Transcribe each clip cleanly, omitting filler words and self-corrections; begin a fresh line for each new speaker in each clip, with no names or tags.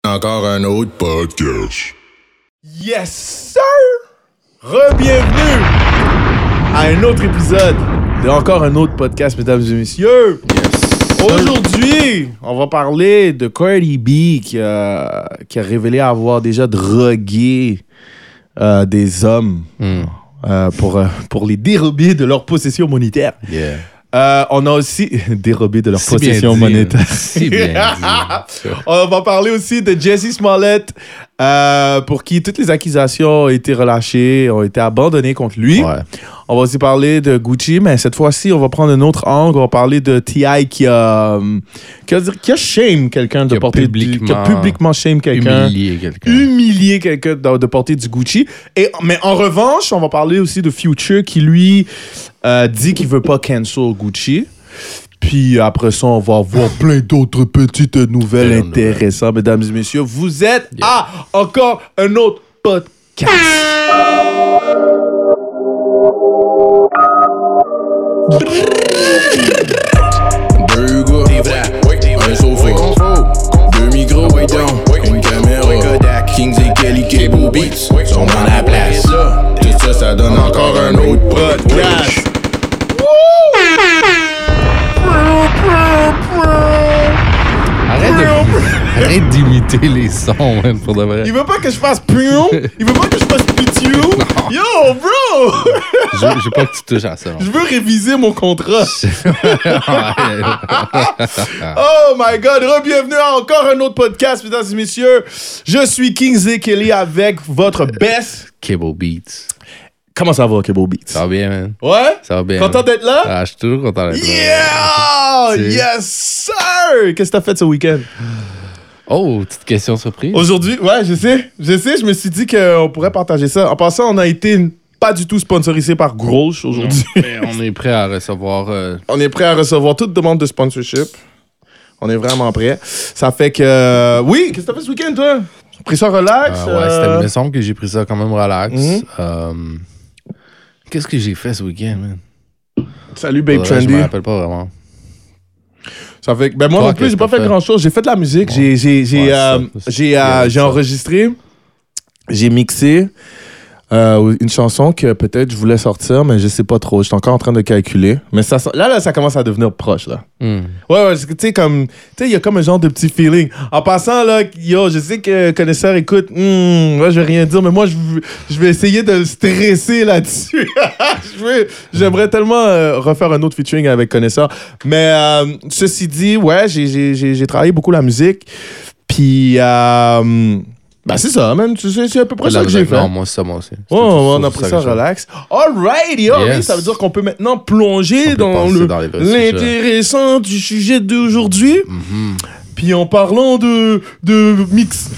Encore un autre podcast.
Yes, sir! Re-bienvenue à un autre épisode de encore un autre podcast, mesdames et messieurs. Aujourd'hui, on va parler de Cardi B qui a révélé avoir déjà drogué des hommes pour les dérober de leur possession monétaire.
Yeah.
On a aussi dérobé de leur possession monétaire.
C'est bien dit.
On va parler aussi de Jussie Smollett, pour qui toutes les accusations ont été relâchées, ont été abandonnées contre lui.
Ouais.
On va aussi parler de Gucci, mais cette fois-ci, on va prendre un autre angle. On va parler de T.I. qui a shame quelqu'un de porter qui a publiquement shame quelqu'un. Humilié quelqu'un de porter du Gucci. Mais en revanche, on va parler aussi de Future qui, lui, dit qu'il veut pas cancel Gucci. Puis après ça, on va avoir plein d'autres petites nouvelles intéressantes. Mesdames et messieurs, vous êtes à encore un autre podcast.
Deux gars, un sofa, deux micros, une caméra, Kings et Kelly Cable Beats sont dans la place. Tout ça, ça donne encore un autre podcast.
Arrête d'imiter les sons, man, pour de vrai.
Il veut pas que je fasse pion. Il veut pas que je fasse pitiou. Yo, bro!
Je veux pas que tu touches à ça.
Je veux réviser mon contrat. Oh my God! Bienvenue à encore un autre podcast, mesdames et messieurs. Je suis Kingsley Kelly avec votre best
Cable Beats.
Comment ça va, Cable Beats?
Ça va bien, man.
Ouais?
Ça va bien.
Content d'être là?
Ah, je suis toujours content d'être là.
Yeah! Yes, sir! Qu'est-ce que t'as fait ce week-end?
Oh, petite question surprise.
Aujourd'hui, ouais, je sais. Je me suis dit qu'on pourrait partager ça. En passant, on a été pas du tout sponsorisé par Grolsch aujourd'hui.
Mais on est prêt à recevoir...
On est prêt à recevoir toute demande de sponsorship. On est vraiment prêt. Ça fait que... Oui, qu'est-ce que t'as fait ce week-end, toi? Pris ça relax?
Ouais, il me semble que j'ai pris ça quand même relax. Qu'est-ce que j'ai fait ce week-end, man?
Salut, Babe
Je
Trendy.
me rappelle pas vraiment.
Ça fait que, ben moi
Toi,
non plus,
qu'est-ce
j'ai pas
que t'as
fait
fait?
grand-chose. J'ai fait de la musique.
Ouais.
J'ai enregistré. J'ai mixé une chanson que peut-être je voulais sortir, mais je sais pas trop. Je suis encore en train de calculer. Mais ça, là, ça commence à devenir proche, là. Ouais, tu sais, comme... Tu sais, il y a comme un genre de petit feeling. En passant, là, yo, je sais que connaisseur écoute, moi, je vais rien dire, mais moi, je vais essayer de le stresser là-dessus. J'aimerais tellement refaire un autre featuring avec connaisseur. Mais ceci dit, ouais, j'ai travaillé beaucoup la musique. Puis... ben c'est ça, man. C'est à peu près ça que j'ai fait.
Non, moi aussi.
Oh, on a pris ça relax. Alright, yo,
Yes.
oui, ça veut dire qu'on peut maintenant plonger
On peut
dans
passer dans les vrais sujets.
l'intéressant du sujet d'aujourd'hui. Puis en parlant de mix.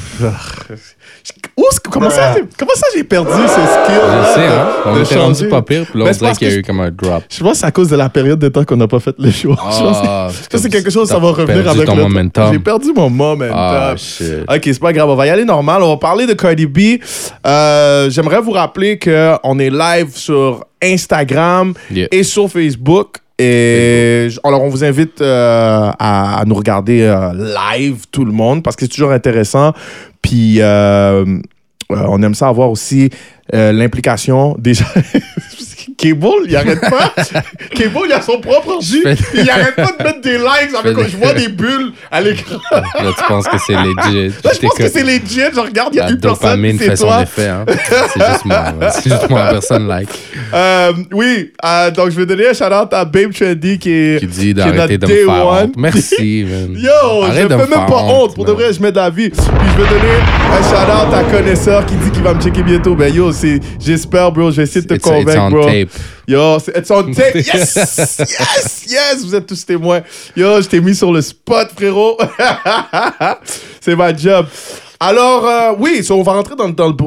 Comment ça j'ai perdu ce skill?
Je sais, hein. On
de
était
changer.
rendu pas pire, puis là,
Ben,
on
c'est
dirait
parce
qu'il y a
que
eu comme un drop.
Je pense que c'est à cause de la période de temps qu'on n'a pas fait le show. Je pense que c'est quelque chose, ça va revenir avec
ton
le temps.
momentum.
J'ai perdu mon momentum.
Ah, shit.
Ok, c'est pas grave, on va y aller normal. On va parler de Cardi B. J'aimerais vous rappeler qu'on est live sur Instagram et sur Facebook. Et alors, on vous invite à nous regarder live, tout le monde, parce que c'est toujours intéressant. Puis, on aime ça avoir aussi l'implication des gens. Cable, il arrête pas. Cable, il a son propre jus. Il arrête pas de mettre des likes avec je vois des bulles à l'écran.
Là, tu penses que c'est legit.
Là, je pense que c'est legit. Je regarde, il y a une personne,
dopamine
c'est
fait son
toi.
effet, hein. C'est juste moi. C'est juste moi, personne like.
Oui, donc je vais donner un shout-out à Babe Trendy qui
dit
notre
d'arrêter de me
day
faire
one.
honte. Merci, man.
Yo,
Arrête
je
de
fais
me
même
faire
pas honte. Pour de
man.
vrai, je mets de la vie. Puis je vais donner un shout-out à Connaisseur qui dit qu'il va me checker bientôt. Ben yo, j'espère, bro. Je vais essayer de te
It's
convaincre,
on
bro.
tape.
Yo, it's on tape. Yes! Yes! Vous êtes tous témoins. Yo, je t'ai mis sur le spot, frérot. C'est ma job. Alors, oui, on va rentrer dans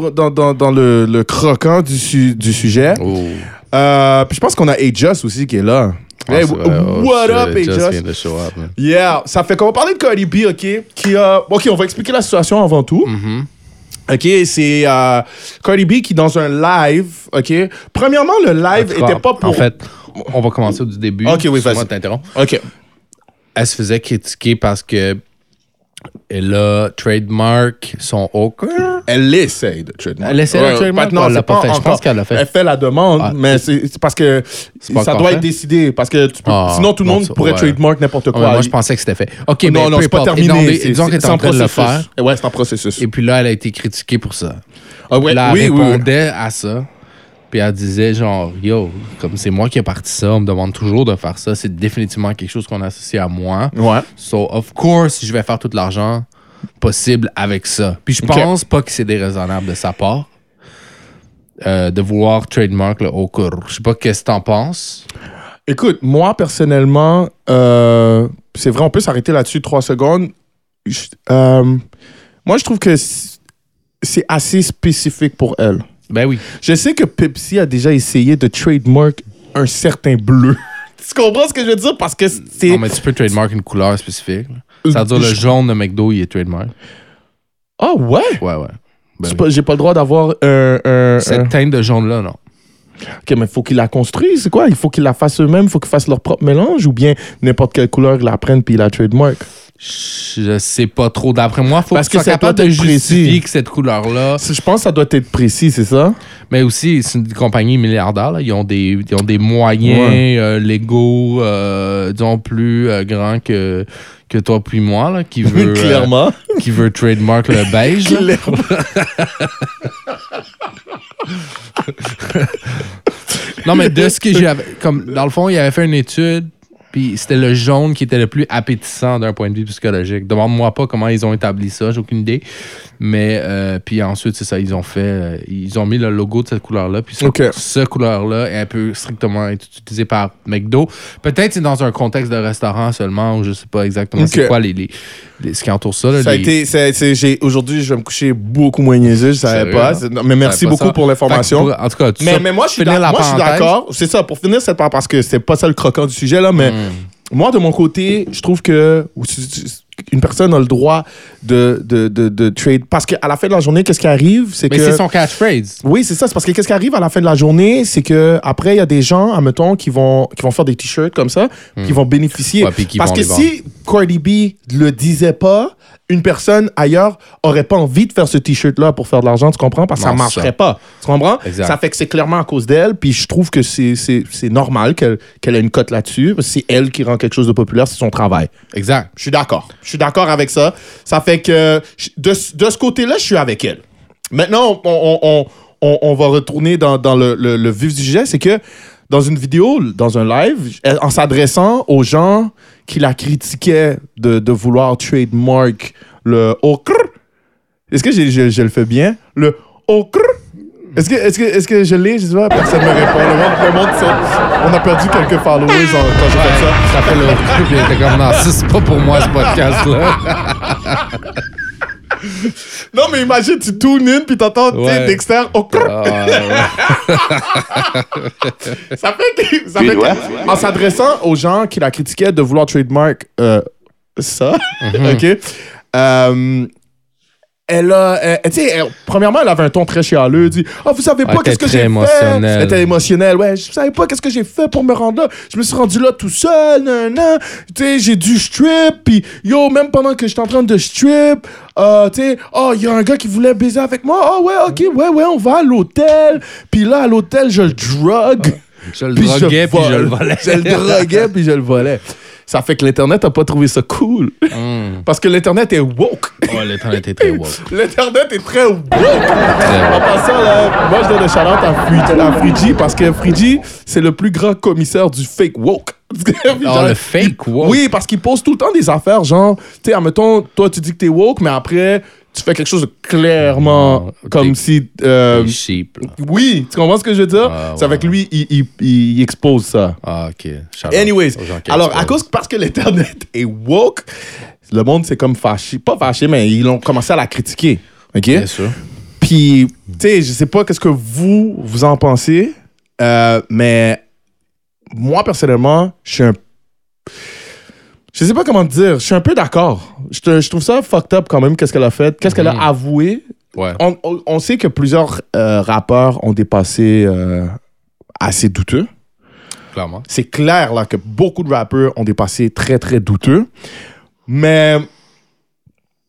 le croquant du sujet.
Oh.
Puis je pense qu'on a A-Just aussi qui est là. Hey, what up,
Just
A-Just?
vient de show up, man.
Yeah, ça fait qu'on va parler de Cardi B, OK? OK, on va expliquer la situation avant tout. OK, c'est Cardi B qui, dans un live, OK? Premièrement, le live était pas pour...
En fait, on va commencer du début.
OK, oui, vas-y.
Moi, t'interromps.
OK.
Elle se faisait critiquer parce que Et là, trademark son Hawker.
Elle essaye de trademark.
Elle essaie de trademark.
Non,
elle l'a pas fait. Je
encore.
pense qu'elle l'a fait.
Elle fait la demande,
Ah,
mais c'est parce que
pas
ça
encore
doit
fait?
être décidé. Parce que sinon, tout le
non,
monde
ça-
pourrait
ouais.
trademark n'importe quoi.
Moi, je pensais que c'était fait. OK, mais
non,
peu
c'est pas
importe.
terminé.
Disons qu'elle est en train de le faire.
Ouais, c'est en processus.
Et puis là, elle a été critiquée pour ça.
Ah ouais,
Là, elle
oui.
répondait à ça. Puis elle disait genre, yo, comme c'est moi qui ai parti ça, on me demande toujours de faire ça. C'est définitivement quelque chose qu'on associe à moi.
Ouais.
So, of course, je vais faire tout l'argent possible avec ça. Puis je
Ok.
pense pas que c'est déraisonnable de sa part de vouloir trademark le Hawker. Je sais pas qu'est-ce que t'en penses.
Écoute, moi, personnellement, c'est vrai, on peut s'arrêter là-dessus 3 secondes. Moi, je trouve que c'est assez spécifique pour elle.
Ben oui.
Je sais que Pepsi a déjà essayé de trademark un certain bleu. Tu comprends ce que je veux dire? Parce que c'est...
Non, mais tu peux trademark une couleur spécifique. là. Ça veut dire le jaune de McDo, il est trademark.
Ah ouais?
Ouais. Ben
J'ai pas le droit d'avoir un...
cette teinte de jaune-là, non.
OK, mais il faut qu'ils la construisent, c'est quoi? Il faut qu'ils la fassent eux-mêmes, il faut qu'ils fassent leur propre mélange ou bien n'importe quelle couleur ils la prennent puis ils la trademark?
Je sais pas trop. D'après moi, il faut
Parce
que tu
que
sois
ça
capable
doit
de
être précis.
justifier que cette couleur-là...
Je pense que ça doit être précis, c'est ça?
Mais aussi, c'est une compagnie milliardaire. Là. Ils ont des moyens légaux, disons, plus grands que toi puis moi, là, qui veut
Clairement.
qui veut trademark le beige. là. Non, mais de ce que j'avais... Comme, dans le fond, il avait fait une étude, puis c'était le jaune qui était le plus appétissant d'un point de vue psychologique. Demande-moi pas comment ils ont établi ça, j'ai aucune idée. Mais, puis ensuite, c'est ça, ils ont mis le logo de cette couleur-là, puis cette couleur-là, elle peut strictement être utilisée par McDo. Peut-être c'est dans un contexte de restaurant seulement, ou je sais pas exactement c'est quoi ce qui entoure ça. Là,
aujourd'hui, je vais me coucher beaucoup moins niaiseux, je savais pas. Mais merci beaucoup
ça.
pour l'information.
En tout cas,
Mais moi, je suis d'accord. C'est ça, pour finir cette part, parce que c'est pas ça le croquant du sujet, là, mais moi, de mon côté, je trouve que une personne a le droit de trade. Parce qu'à la fin de la journée, qu'est-ce qui arrive?
Mais c'est son catchphrase.
Oui, c'est ça. C'est parce que qu'est-ce qui arrive à la fin de la journée, c'est que après il y a des gens, admettons, qui vont faire des t-shirts comme ça, qui vont bénéficier.
Ouais, qui
parce
vont
que si Cardi B le disait pas, une personne ailleurs aurait pas envie de faire ce t-shirt-là pour faire de l'argent, tu comprends? Parce que ça marcherait pas. Tu comprends?
Exact.
Ça fait que c'est clairement à cause d'elle, puis je trouve que c'est normal qu'elle ait une cote là-dessus. C'est elle qui rend quelque chose de populaire, c'est son travail.
Exact.
Je suis d'accord. Je suis d'accord avec ça. Ça fait que de ce côté-là, je suis avec elle. Maintenant, on va retourner dans le vif du sujet. C'est que dans une vidéo, dans un live, en s'adressant aux gens qui la critiquaient de vouloir trademark le okr. Est-ce que je le fais bien? Le okr. Est-ce que je l'ai? Je sais pas, personne ne me répond. Le monde, on a perdu quelques followers quand j'ai fait ça.
Ça fait le truc, il était comme non, ça, c'est pas pour moi ce podcast-là.
Non, mais imagine, tu tunes in puis t'entends Dexter okr. Ça fait que, en s'adressant aux gens qui la critiquaient de vouloir trademark ça, OK? Premièrement, elle avait un ton très chialeux. Elle dit vous savez pas qu'est-ce que j'ai fait. Elle était émotionnelle. Ouais, je savais pas qu'est-ce que j'ai fait pour me rendre là. Je me suis rendu là tout seul. J'ai dû strip. Puis, même pendant que j'étais en train de strip, il y a un gars qui voulait baiser avec moi. Ah, ouais, ok, ouais, on va à l'hôtel. Puis là, à l'hôtel, je le drogue.
Je le droguais, puis je le volais.
Je le droguais, puis je le volais. Ça fait que l'Internet n'a pas trouvé ça cool. Parce que l'Internet est woke.
Ouais, l'Internet est très woke.
L'Internet est très woke. En passant, là, moi, je donne un shout-out à Frigi parce que Frigi, c'est le plus grand commissaire du fake woke.
Le fake woke?
Oui, parce qu'il pose tout le temps des affaires, genre, tu sais, admettons, toi, tu dis que t'es woke, mais après, tu fais quelque chose de clairement comme si...
cheap.
Oui, tu comprends ce que je veux dire? C'est avec lui, il expose ça.
Ah, OK.
Anyways, alors, parce que l'Internet est woke, le monde s'est comme fâché. Pas fâché, mais ils ont commencé à la critiquer. OK?
Bien sûr.
Puis, tu sais, je sais pas qu'est-ce que vous en pensez, mais moi, personnellement, je sais pas comment te dire. Je suis un peu d'accord. Je trouve ça fucked up quand même, qu'est-ce qu'elle a fait. Qu'est-ce qu'elle a avoué.
Ouais.
On sait que plusieurs rappeurs ont des passés assez douteux.
Clairement.
C'est clair là, que beaucoup de rappeurs ont des passés très, très douteux. Mais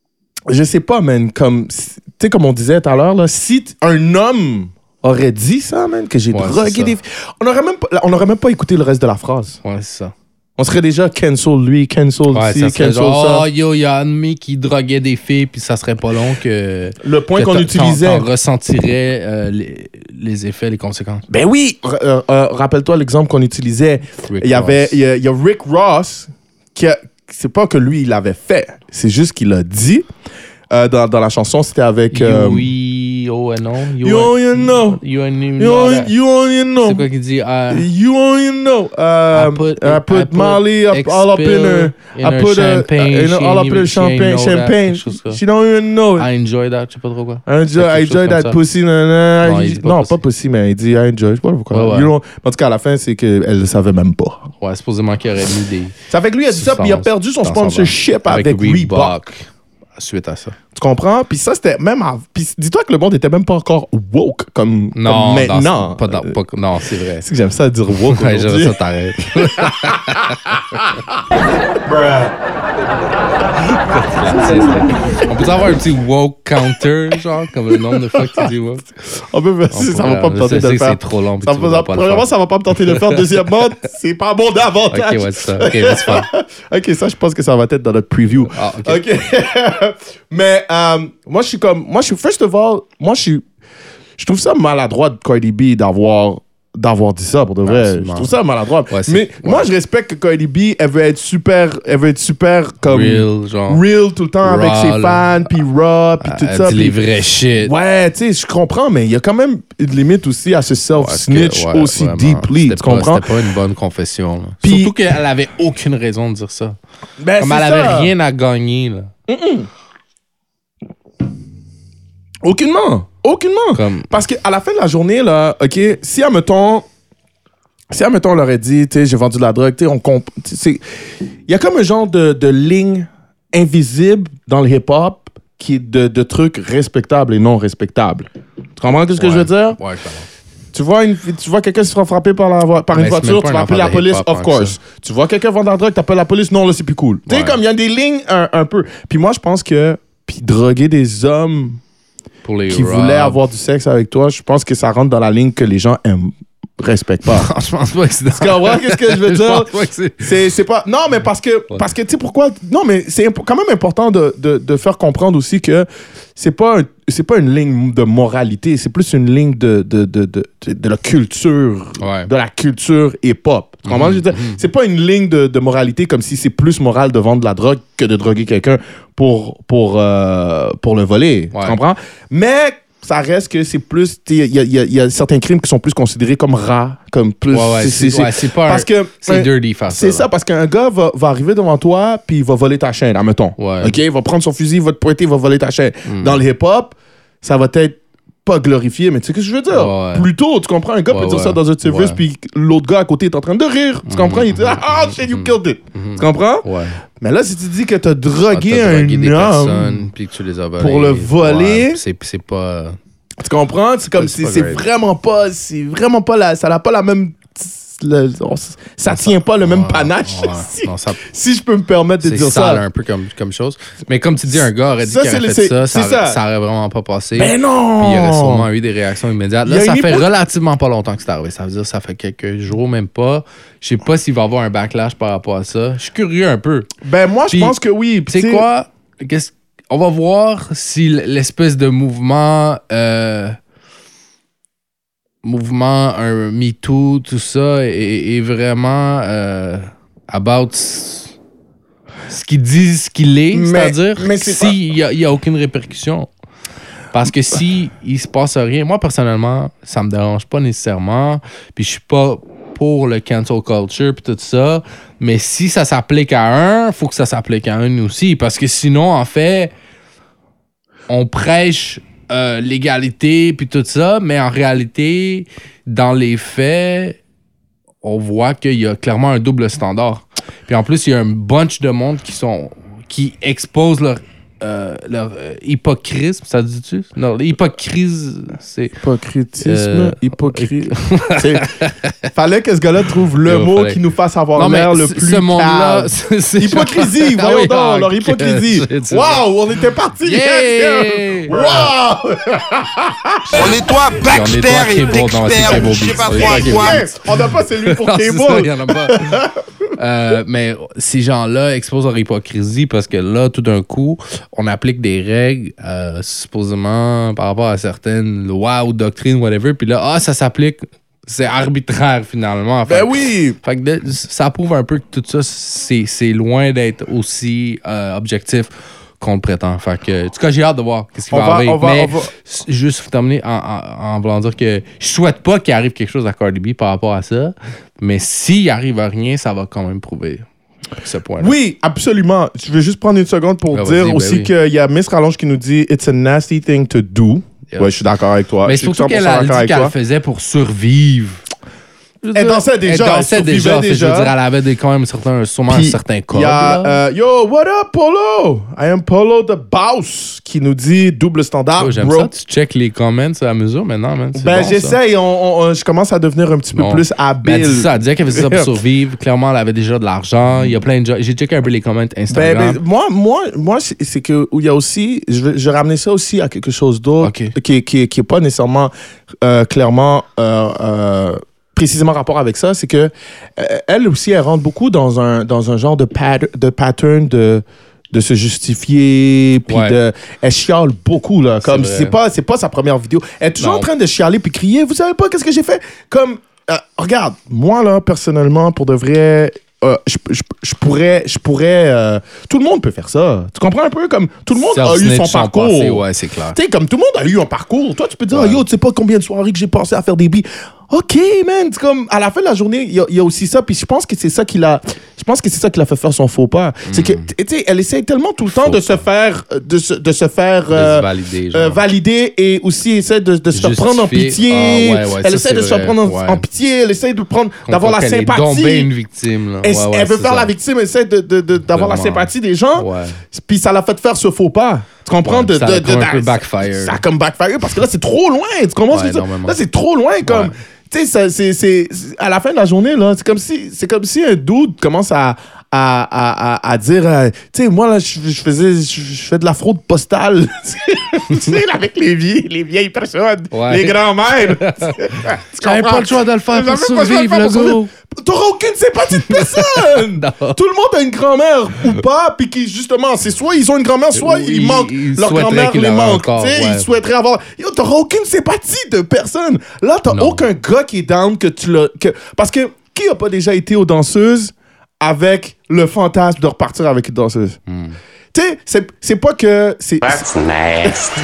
je sais pas, man, comme, tu sais, comme on disait tout à l'heure, là, si un homme aurait dit ça, man, que j'ai drogué des filles, on n'aurait même pas écouté le reste de la phrase.
Ouais, c'est ça.
On serait déjà cancel lui, cancel ci, cancel ça.
Oh, yo, il y a un de mes qui droguait des filles, puis ça serait pas long que.
Le point qu'on utilisait.
On ressentirait les effets, les conséquences.
Ben oui! Rappelle-toi l'exemple qu'on utilisait. Il y a Rick Ross, c'est pas que lui, il l'avait fait. C'est juste qu'il l'a dit. Dans la chanson, c'était avec.
You only know. C'est quoi qu'il dit?
You only know. I put Molly all up in her. I put champagne. All up in her champagne. She don't even know.
I enjoy that. Je sais pas trop quoi.
I enjoy that pussy. Non, pas pussy, mais il dit I enjoy. Je sais pas pourquoi. En tout cas, à la fin, c'est qu'elle le savait même pas.
Ouais, supposément qu'il aurait mis des.
Ça fait que lui, il a dit ça, puis il a perdu son sponsorship avec Reebok.
Suite à ça.
Tu comprends? Puis ça, c'était même... Puis dis-toi que le monde était même pas encore woke comme maintenant.
Non, c'est vrai.
C'est que j'aime ça dire woke
aujourd'hui. J'aime ça, t'arrêtes. On peut avoir un petit woke counter, genre, comme le nombre de fois que tu dis woke?
Ça va pas me tenter de le faire.
C'est trop long.
Premièrement, ça va pas me tenter de le faire. Deuxièmement, c'est pas bon davantage.
Ok, ouais, c'est ça. Ok, vas-y, faire.
Ok, ça, je pense que ça va être dans notre preview.
Ah, ok.
Mais moi, je suis first of all, je trouve ça maladroit de Cardi B d'avoir dit ça, pour de vrai.
Absolument.
Je trouve ça maladroit.
Ouais,
mais moi, je respecte que Cardi B, elle veut être super comme real tout le temps avec ses fans, puis raw, puis tout ça.
Elle dit les vrais shit.
Ouais, tu sais, je comprends, mais il y a quand même une limite aussi à se self-snitch aussi
vraiment.
deeply, tu comprends?
C'était pas une bonne confession. Là.
Puis,
surtout qu'elle avait aucune raison de dire ça.
Ben,
comme elle avait rien à gagner, là.
Aucunement. Parce qu'à la fin de la journée, là, OK, si, admettons, on leur a dit, tu sais, j'ai vendu de la drogue, tu sais, il y a comme un genre de ligne invisible dans le hip-hop qui est de trucs respectables et non respectables. Tu comprends ce que je veux dire?
Ouais,
tu vois quelqu'un se faire frapper par une voiture, tu vas appeler la police, of course. Tu vois quelqu'un vendre de la drogue, tu appelles la police, non, là, c'est plus cool. Tu sais, comme il y a des lignes un peu. Puis moi, je pense que droguer des hommes qui voulaient avoir du sexe avec toi, je pense que ça rentre dans la ligne que les gens respectent pas.
Je pense pas que c'est
Tu comprends ce que je veux dire? C'est pas... Non, mais parce que tu sais pourquoi... Non, mais c'est quand même important de faire comprendre aussi que c'est pas une ligne de moralité, c'est plus une ligne de la culture, de la culture hip-hop. Comment je veux dire? C'est pas une ligne de moralité comme si c'est plus moral de vendre de la drogue que de droguer quelqu'un pour le voler. Tu comprends? Mais ça reste que c'est plus... Il y a certains crimes qui sont plus considérés comme rats, comme plus...
c'est pas...
Parce que...
C'est dirty faire ça.
C'est ça, parce qu'un gars va arriver devant toi puis il va voler ta chaîne, admettons.
Ouais.
OK? Il va prendre son fusil, il va te pointer, il va voler ta chaîne. Dans le hip-hop, ça va être pas glorifié, mais tu sais ce que je veux dire? Plutôt, tu comprends? Un gars peut dire ça dans un service puis l'autre gars à côté est en train de rire. Tu comprends? Il dit « Ah, shit, you killed it! Tu comprends?
Ouais.
Mais là, si tu dis que t'as drogué
des
un homme
personnes, puis que tu les as volées,
pour le voler...
c'est pas...
Tu comprends? C'est comme c'est vraiment pas ça n'a pas la même ça tient pas le même panache. Si je peux me permettre de dire ça.
C'est sale un peu comme chose. Mais comme tu dis, un gars aurait dit qu'il aurait fait ça aurait vraiment pas passé.
Ben non!
Puis il y aurait sûrement eu des réactions immédiates. Là, ça fait relativement pas longtemps que c'est arrivé. Ça veut dire que ça fait quelques jours, même pas. Je sais pas s'il va y avoir un backlash par rapport à ça. Je suis curieux un peu.
Ben moi, je pense que oui.
Tu sais quoi? On va voir si l'espèce de mouvement... un MeToo, tout ça, est vraiment about ce qu'ils disent qu'il est, c'est-à-dire s'il n'y a aucune répercussion. Parce que si il se passe rien, moi personnellement, ça me dérange pas nécessairement, puis je suis pas pour le cancel culture puis tout ça, mais si ça s'applique à un, faut que ça s'applique à un aussi, parce que sinon, en fait, on prêche l'égalité puis tout ça, mais en réalité, dans les faits, on voit qu'il y a clairement un double standard. Puis en plus, il y a un bunch de monde qui expose leur hypocrisme, ça dit-tu? Non, l'hypocrise, c'est...
Hypocritisme, Fallait que ce gars-là trouve le mot qui nous fasse avoir l'air le plus
ce monde-là,
c'est hypocrisie, voyons donc, leur hypocrisie. Waouh, on était partis.
Yeah!
Waouh!
On nettoie Baxter et Dexter, je sais pas quoi.
On n'a pas celui pour Cable.
Il y en a pas. Mais ces gens-là exposent leur hypocrisie parce que là, tout d'un coup, on applique des règles, supposément par rapport à certaines lois ou doctrines, whatever, puis là, ça s'applique. C'est arbitraire, finalement.
Ben oui!
Fait que ça prouve un peu que tout ça, c'est loin d'être aussi objectif qu'on le prétend. Fait que, en tout cas, j'ai hâte de voir ce qui va arriver. Mais juste pour terminer en voulant dire que je souhaite pas qu'il arrive quelque chose à Cardi B par rapport à ça, mais s'il arrive à rien, ça va quand même prouver ce point-là.
Oui, absolument. Je vais juste prendre une seconde pour dire aussi qu'il y a Miss Rallonge qui nous dit « It's a nasty thing to do ». Ouais, je suis d'accord avec toi.
Mais surtout qu'elle a dit qu'elle faisait pour survivre.
Elle dansait déjà.
Je veux dire, elle avait quand même sûrement un certain code.
Il y a Yo, what up, Polo? I am Polo the Boss qui nous dit double standard.
J'aime
bro.
ça. Tu check les comments à mesure maintenant, man.
Ben, j'essaye. Je commence à devenir un petit peu plus habile.
Elle dit ça. Elle disait qu'elle faisait ça pour survivre. Clairement, elle avait déjà de l'argent. Il y a plein de gens. J'ai checké un peu les comments Instagram.
Moi, c'est que il y a aussi. Je vais ramener ça aussi à quelque chose d'autre qui est pas nécessairement clairement. Précisément rapport avec ça, c'est que elle aussi, elle rentre beaucoup dans un genre de pattern de se justifier, puis elle chiale beaucoup, là, comme c'est pas sa première vidéo. Elle est toujours en train de chialer puis crier, vous savez pas qu'est-ce que j'ai fait? Comme, regarde, moi, là, personnellement, pour de vrai... je pourrais tout le monde peut faire ça. Tu comprends un peu? Comme tout le monde a eu son parcours.
Passé, ouais, c'est clair.
Tu sais, comme tout le monde a eu un parcours. Toi, tu peux dire, yo, tu sais pas combien de soirées que j'ai passé à faire des billes. OK, man. C'est comme, à la fin de la journée, il y a aussi ça. Puis je pense que c'est ça qui l'a fait faire son faux pas. C'est que, tu sais, elle essaie tellement tout le temps de se faire valider et aussi essaie de se faire prendre en pitié. Elle essaie de se faire prendre en pitié. Elle essaie d'avoir la sympathie.
Elle une victime, là.
Elle veut faire la victime, elle essaie d'avoir la sympathie des gens. Puis ça l'a fait faire ce faux pas. Tu comprends?
Ça a un peu backfire.
Ça a comme backfire parce que là, c'est trop loin. Tu comprends ce que je veux dire? Là, c'est trop loin. Comme, tu sais, c'est à la fin de la journée, là, c'est comme si un dude commence à dire, tu sais, moi, là, je fais de la fraude postale. Tu sais, avec les vieilles personnes, les grands-mères.
J'avais pas le choix de le faire pour survivre, le gros.
T'auras aucune sympathie de personne. Tout le monde a une grand-mère ou pas, puis qui, justement, c'est soit ils ont une grand-mère, soit ils manquent. Leur grand-mère les manque. Ils souhaiteraient avoir. Yo, t'auras aucune sympathie de personne. Là, t'as aucun gars qui est down parce que qui a pas déjà été aux danseuses avec le fantasme de repartir avec une danseuse? Tu sais, c'est pas que... That's nasty.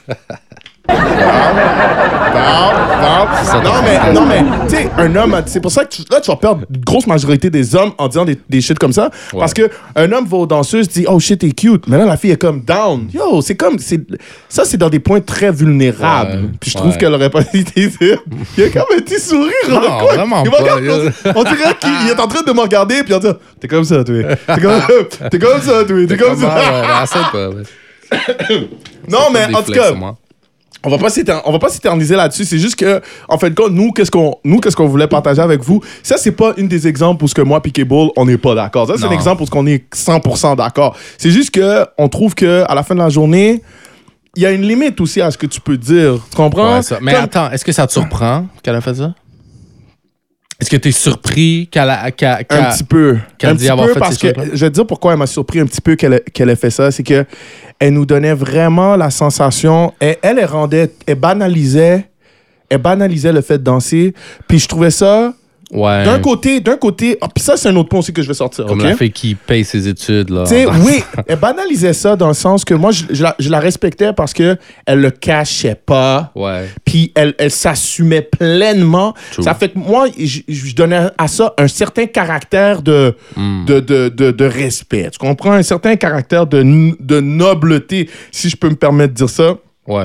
Non, mais, tu sais, un homme, c'est pour ça que tu vas perdre une grosse majorité des hommes en disant des shit comme ça. Parce que un homme va aux danseuses, dit, oh shit, t'es cute. Mais là, la fille est comme down. Yo, c'est c'est dans des points très vulnérables. Puis je trouve qu'elle aurait pas été dire. Il y a comme un petit sourire.
Non, vraiment pas.
On dirait qu'il est en train de me regarder, puis on dit, t'es comme ça, toi. T'es comme ça, toi. T'es comme ça. Non, mais en tout cas. On va pas s'éterniser là-dessus. C'est juste que, en fait, nous, qu'est-ce qu'on voulait partager avec vous? Ça, c'est pas une des exemples où ce que moi, Piqué Bull, on n'est pas d'accord. Ça, c'est un exemple où on est 100% d'accord. C'est juste que, on trouve que, à la fin de la journée, il y a une limite aussi à ce que tu peux dire. Tu comprends?
Ouais, mais attends, est-ce que ça te surprend qu'elle a fait ça? Est-ce que tu es surpris qu'elle
un petit peu.
Qu'elle dit avoir fait
parce que je vais te dire pourquoi elle m'a surpris un petit peu qu'elle ait fait ça. C'est que elle nous donnait vraiment la sensation. Elle banalisait le fait de danser. Puis je trouvais ça.
Ouais.
D'un côté, puis ça, c'est un autre point aussi que je vais sortir.
Comme la fille qui paye ses études, là.
Oui, elle banalisait ça dans le sens que moi, je la respectais parce que elle le cachait pas.
Ouais.
Puis elle s'assumait pleinement. True. Ça fait que moi, je donnais à ça un certain caractère de respect. Tu comprends? Un certain caractère de nobleté, si je peux me permettre de dire ça.
Ouais.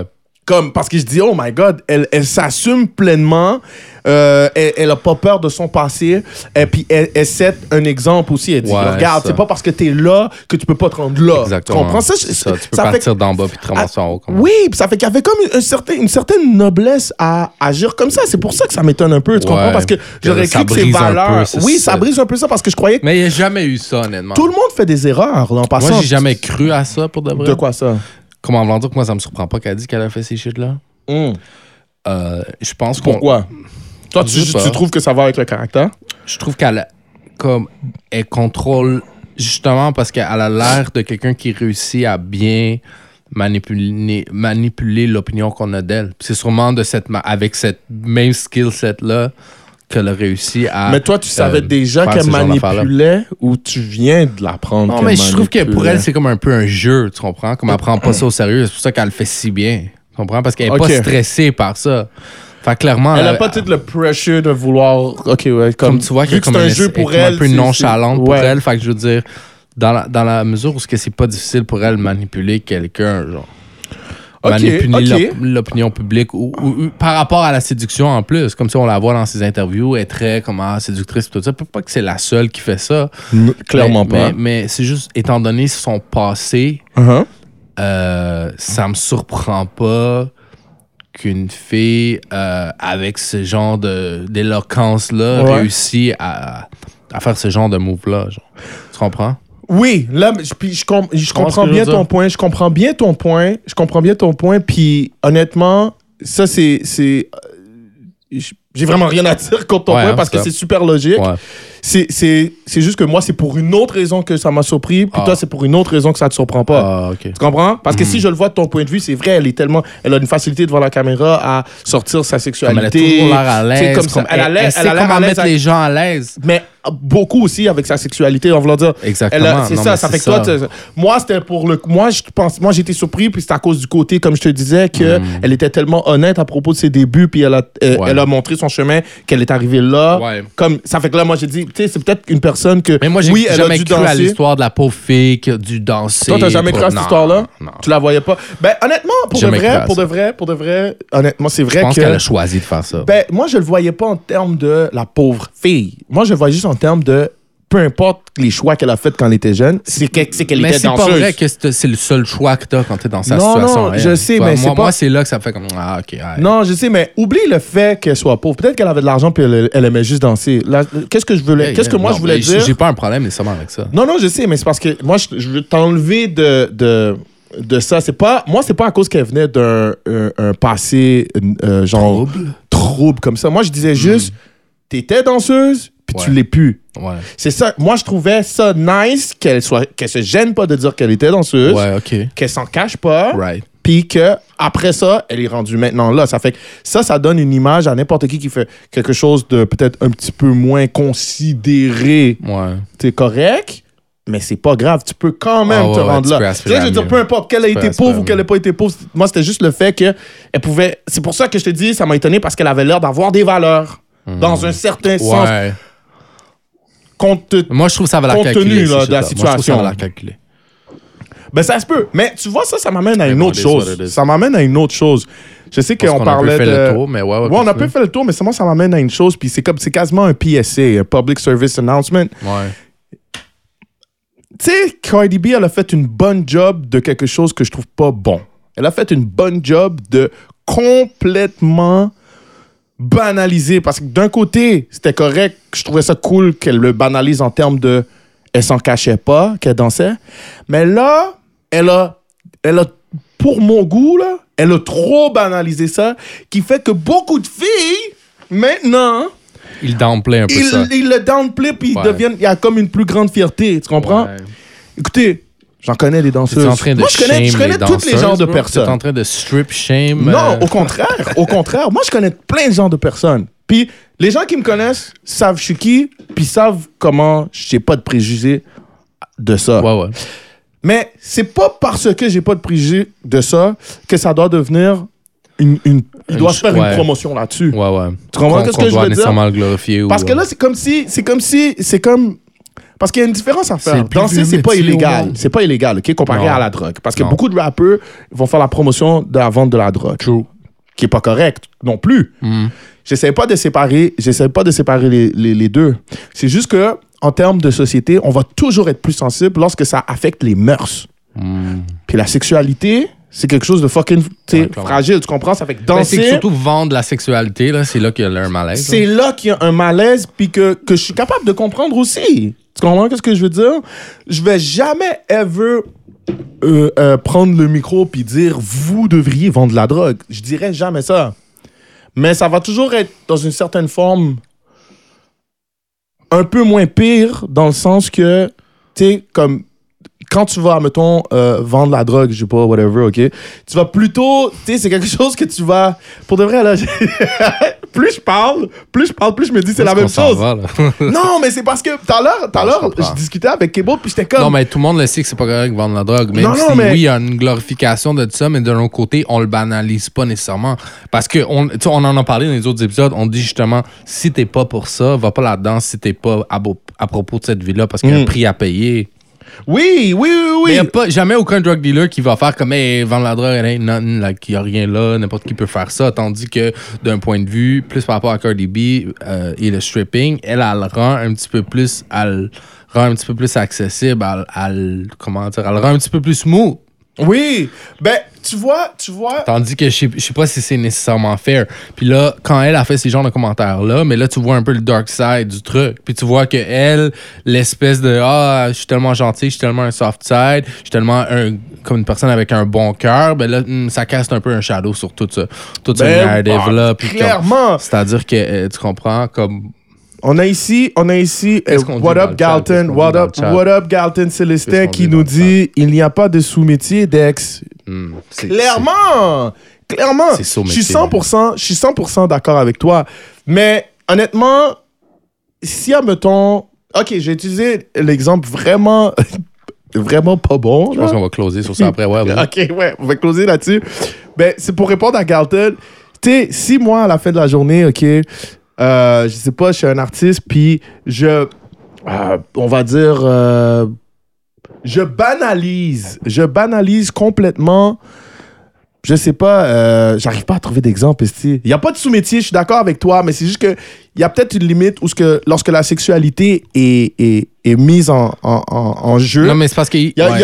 Comme, parce que je dis, oh my God, elle s'assume pleinement. Elle a pas peur de son passé. Et puis, elle set un exemple aussi. Elle dit, regarde, c'est pas parce que t'es là que tu peux pas te rendre là.
Exactement.
Tu comprends ça?
Tu peux partir d'en bas puis te ramasser en haut.
Oui, puis ça fait qu'il y avait comme une certaine noblesse à agir comme ça. C'est pour ça que ça m'étonne un peu. Tu comprends? Parce que j'aurais cru que ses valeurs... Oui, ça brise un peu ça parce que je croyais que...
Mais il n'y a jamais eu ça, honnêtement.
Tout le monde fait des erreurs en passant.
Moi, j'ai jamais cru à ça, pour de vrai.
De quoi ça?
Comment vouloir dire que moi, ça me surprend pas qu'elle dise qu'elle a fait ces shit-là? Je pense qu'on...
Pourquoi? Toi, tu trouves que ça va avec le caractère?
Je trouve qu'elle contrôle, justement, parce qu'elle a l'air de quelqu'un qui réussit à bien manipuler l'opinion qu'on a d'elle. C'est sûrement avec cette même skill set-là qu'elle a réussi à...
Mais toi, tu savais déjà qu'elle manipulait ou tu viens de l'apprendre?
Non, mais je trouve que pour elle, c'est comme un peu un jeu, tu comprends? Comme elle prend pas ça au sérieux, c'est pour ça qu'elle le fait si bien. Tu comprends? Parce qu'elle est pas stressée par ça. Fait clairement...
Elle a pas tout le pressure de vouloir... OK, ouais.
Comme tu vois,
vu que c'est un jeu pour elle...
un peu nonchalante pour elle. Fait que je veux dire, dans la mesure où c'est pas difficile pour elle de manipuler quelqu'un, genre... manipuler l'opinion publique ou par rapport à la séduction en plus, comme si on la voit dans ses interviews, elle est très séductrice et tout ça. Peut pas que c'est la seule qui fait ça.
Clairement pas.
Mais c'est juste, étant donné son passé, ça me surprend pas qu'une fille avec ce genre d'éloquence-là réussit à faire ce genre de move-là. Genre. Tu comprends?
Oui, là, je comprends bien ton point. Je comprends bien ton point. Puis, honnêtement, ça, c'est j'ai vraiment rien à dire contre ton point parce que c'est super logique. Ouais. C'est juste que moi, c'est pour une autre raison que ça m'a surpris. Puis toi, c'est pour une autre raison que ça te surprend pas.
Okay.
Tu comprends? Parce que si je le vois de ton point de vue, c'est vrai, elle a une facilité devant la caméra à sortir sa sexualité.
Comme elle a toujours l'air à l'aise.
Elle
sait comment mettre les gens à l'aise.
Mais beaucoup aussi avec sa sexualité, on va dire.
Exactement.
C'est ça. Ça fait que toi, moi, c'était pour le... Moi, j'ai été surpris, puis c'est à cause du côté, comme je te disais, qu'elle était tellement honnête à propos de ses débuts, puis elle a montré son chemin, qu'elle est arrivée là. Ouais. Comme, ça fait que là, moi, j'ai dit, tu sais, c'est peut-être une personne que...
Mais moi, j'ai jamais cru à l'histoire de la pauvre fille qui a dû danser.
Toi, t'as jamais cru à cette histoire-là? Non. Tu la voyais pas? Ben, honnêtement, pour de vrai, honnêtement, c'est vrai que...
Je pense qu'elle a choisi de faire ça.
Ben, moi, je le voyais pas en termes de la pauvre fille. Moi, je le voyais juste en termes de... Peu importe les choix qu'elle a fait quand elle était jeune, c'est qu'elle était danseuse.
Mais c'est pas vrai que c'est le seul choix que t'as quand t'es dans sa situation.
Non, je sais, mais c'est pas...
Moi, c'est là que ça fait comme... Ah, OK.
Non, je sais, mais oublie le fait qu'elle soit pauvre. Peut-être qu'elle avait de l'argent puis elle aimait juste danser. Qu'est-ce que je voulais... Qu'est-ce que moi, je voulais dire?
J'ai pas un problème nécessairement avec ça.
Non, je sais, mais c'est parce que moi, je veux t'enlever de ça. C'est pas... Moi, c'est pas à cause qu'elle venait d'un passé genre... Trouble comme ça. Moi, je disais juste, t'étais danseuse... puis tu l'es plus.
Ouais.
C'est ça. Moi, je trouvais ça nice qu'elle se gêne pas de dire qu'elle était danseuse.
Ouais, OK.
Qu'elle s'en cache pas.
Right.
Puis qu'après ça, elle est rendue maintenant là. Ça fait que ça donne une image à n'importe qui fait quelque chose de peut-être un petit peu moins considéré.
Ouais.
C'est correct, mais c'est pas grave. Tu peux quand même te rendre là. Je veux dire, peu importe qu'elle ait été pauvre ou qu'elle ait pas été pauvre. Moi, c'était juste le fait qu'elle pouvait... C'est pour ça que je te dis, ça m'a étonné parce qu'elle avait l'air d'avoir des valeurs. Dans un certain sens.
Moi, je trouve que ça va la calculer.
Là, de la situation.
Moi, je trouve que ça va la calculer.
Ben, ça se peut. Mais tu vois, ça m'amène à une autre chose. Ça m'amène à une autre chose. Je sais qu'on parlait
a un peu fait le tour, mais ouais,
on a un peu fait le tour, mais moi, ça m'amène à une chose. Puis c'est quasiment un PSA, un Public Service Announcement.
Ouais.
Tu sais, Cardi B, elle a fait une bonne job de quelque chose que je trouve pas bon. Elle a fait une bonne job de complètement... banalisé, parce que d'un côté c'était correct, je trouvais ça cool qu'elle le banalise en termes de elle s'en cachait pas, qu'elle dansait, mais là elle a pour mon goût là, elle a trop banalisé ça, qui fait que beaucoup de filles maintenant
ils downplay un peu ça,
ils le downplay puis il y a comme une plus grande fierté, tu comprends? Écoutez, j'en connais des danseuses.
Moi, je connais tous les genres de personnes. Tu es en train de strip shame?
Non, au contraire. Au contraire. Moi, je connais plein de genres de personnes. Puis, les gens qui me connaissent savent je suis qui, puis savent comment j'ai pas de préjugés de ça.
Ouais.
Mais c'est pas parce que j'ai pas de préjugés de ça que ça doit devenir il doit se faire une promotion là-dessus.
Ouais.
Tu comprends ce que je veux dire?
Nécessairement le glorifier.
Parce que là, c'est comme Parce qu'il y a une différence à
C'est
faire.
le plus
Danser,
vieux
c'est pas
métier au
illégal.
monde.
C'est pas illégal, OK, comparé
Non.
à la drogue. Parce que
Non.
beaucoup de rappeurs vont faire la promotion de la vente de la drogue.
True.
Qui est pas correct non plus. J'essaie pas de séparer les deux. C'est juste que en termes de société, on va toujours être plus sensible lorsque ça affecte les mœurs. Puis la sexualité, c'est quelque chose de fucking
clairement.
fragile, tu comprends? Ça fait que
Ben, c'est que
danser,
surtout vendre la sexualité, là, c'est là qu'il y a un malaise.
c'est là qu'il y a un malaise, puis que je suis capable de comprendre aussi. Tu comprends ce que je veux dire? Je vais jamais, ever prendre le micro puis dire « Vous devriez vendre de la drogue ». Je dirais jamais ça. Mais ça va toujours être dans une certaine forme un peu moins pire, dans le sens que, tu sais, comme quand tu vas, mettons, vendre la drogue, je sais pas, whatever, OK, tu vas plutôt, tu sais, c'est quelque chose que tu vas, pour de vrai, là, plus je parle, plus je me dis c'est la même chose. Non, mais c'est parce que tout à l'heure, je discutais avec Kebo, puis j'étais comme...
Non, mais tout le monde le sait que c'est pas correct de vendre la drogue. Même si, oui, il y a une glorification de ça, mais d'un autre côté, on le banalise pas nécessairement. Parce que on en a parlé dans les autres épisodes, on dit justement, si t'es pas pour ça, va pas là-dedans si t'es pas à propos de cette vie-là, parce qu'il y a un prix à payer.
Oui.
Mais il n'y a pas, jamais aucun drug dealer qui va faire comme hey, vendre la drogue, hey, nothing, like, il n'y a rien là, n'importe qui peut faire ça. Tandis que d'un point de vue, plus par rapport à Cardi B et le stripping, elle le rend un petit peu plus, accessible, comment dire, elle le rend un petit peu plus smooth.
Oui, ben, tu vois...
Tandis que je sais pas si c'est nécessairement fair. Puis là, quand elle a fait ces genres de commentaires-là, mais là, tu vois un peu le dark side du truc. Puis tu vois que elle, l'espèce de « Ah, je suis tellement gentil, je suis tellement un soft side, je suis tellement comme une personne avec un bon cœur », ben là, ça casse un peu un shadow sur tout ce narrative-là.
Clairement!
C'est-à-dire que, tu comprends, comme...
On a ici What Up Galton, What Up Galton Célestin qui nous dit il n'y a pas de sous-métier d'ex. Clairement!
C'est
Je suis 100% d'accord avec toi. Mais honnêtement, si admettons, OK, j'ai utilisé l'exemple vraiment pas bon.
Je pense qu'on va closer sur ça après. Ouais.
OK, ouais, on va closer là-dessus. Ben, c'est pour répondre à Galton. Tu sais, si moi, à la fin de la journée, OK, je sais pas, je suis un artiste, puis on va dire, je banalise complètement, je sais pas, j'arrive pas à trouver d'exemple ici. Il y a pas de sous-métier, je suis d'accord avec toi, mais c'est juste que il y a peut-être une limite où lorsque la sexualité est mise en jeu.
Non, mais c'est parce qu'il
y a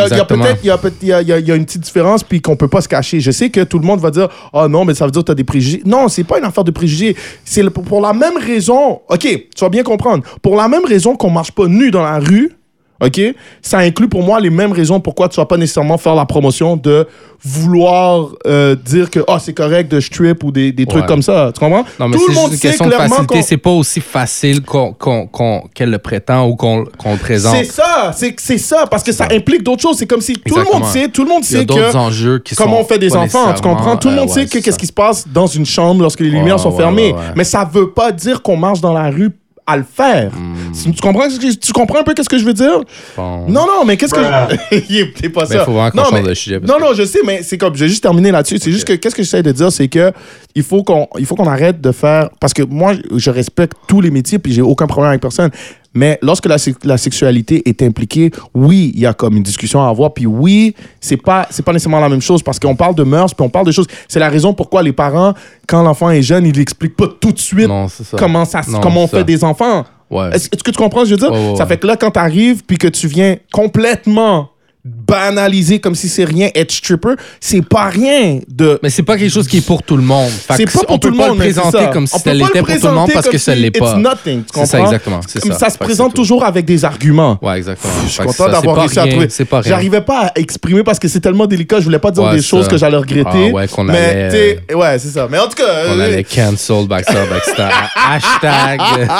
une petite différence puis qu'on peut pas se cacher. Je sais que tout le monde va dire « Ah non, mais ça veut dire que tu as des préjugés. » Non, c'est pas une affaire de préjugés. C'est pour la même raison... OK, tu vas bien comprendre. Pour la même raison qu'on marche pas nu dans la rue, OK, ça inclut pour moi les mêmes raisons pourquoi tu vas pas nécessairement faire la promotion de vouloir dire que c'est correct de strip ou des trucs comme ça. Tu comprends?
Non, mais
tout le
c'est
monde
juste une
sait
question de
clairement
facilité. C'est pas aussi facile qu'elle le prétend ou qu'on le présente.
C'est ça, parce que ça implique d'autres choses. C'est comme si tout le monde sait
Il y a d'autres enjeux qui
comment on fait des enfants, tu comprends? Tout le monde sait qu'est-ce qui se passe dans une chambre lorsque les lumières sont fermées. Mais ça veut pas dire qu'on marche dans la rue à le faire. Tu comprends un peu qu'est-ce que je veux dire? Non, mais qu'est-ce que... T'es pas ça.
Il faut vraiment qu'on change de sujet.
Non, je sais, mais c'est comme... Je vais juste terminer là-dessus. C'est juste que qu'est-ce que j'essaie de dire, c'est que il faut qu'on arrête de faire... Parce que moi, je respecte tous les métiers puis j'ai aucun problème avec personne. Mais lorsque la sexualité est impliquée, oui, il y a comme une discussion à avoir. Puis oui, c'est pas nécessairement la même chose parce qu'on parle de mœurs, puis on parle de choses. C'est la raison pourquoi les parents, quand l'enfant est jeune, ils n'expliquent pas tout de suite comment on fait des enfants.
Ouais.
Est-ce que tu comprends ce que je veux dire?
Ouais.
Ça fait que là, quand tu arrives puis que tu viens complètement banaliser comme si c'est rien être stripper, c'est pas rien de...
Mais c'est pas quelque chose qui est pour tout le monde.
C'est pas pour tout le monde,
on peut pas le présenter comme si ça l'était pour tout le monde parce que ça l'est pas.
It's nothing, tu comprends?
C'est ça, exactement.
Ça se présente toujours avec des arguments.
Ouais, exactement.
Je suis content d'avoir réussi à trouver.
C'est pas rien.
J'arrivais pas à exprimer parce que c'est tellement délicat, je voulais pas dire des choses que j'allais regretter. Ouais, c'est ça. Mais en tout cas...
On allait cancel, backstab, hashtag.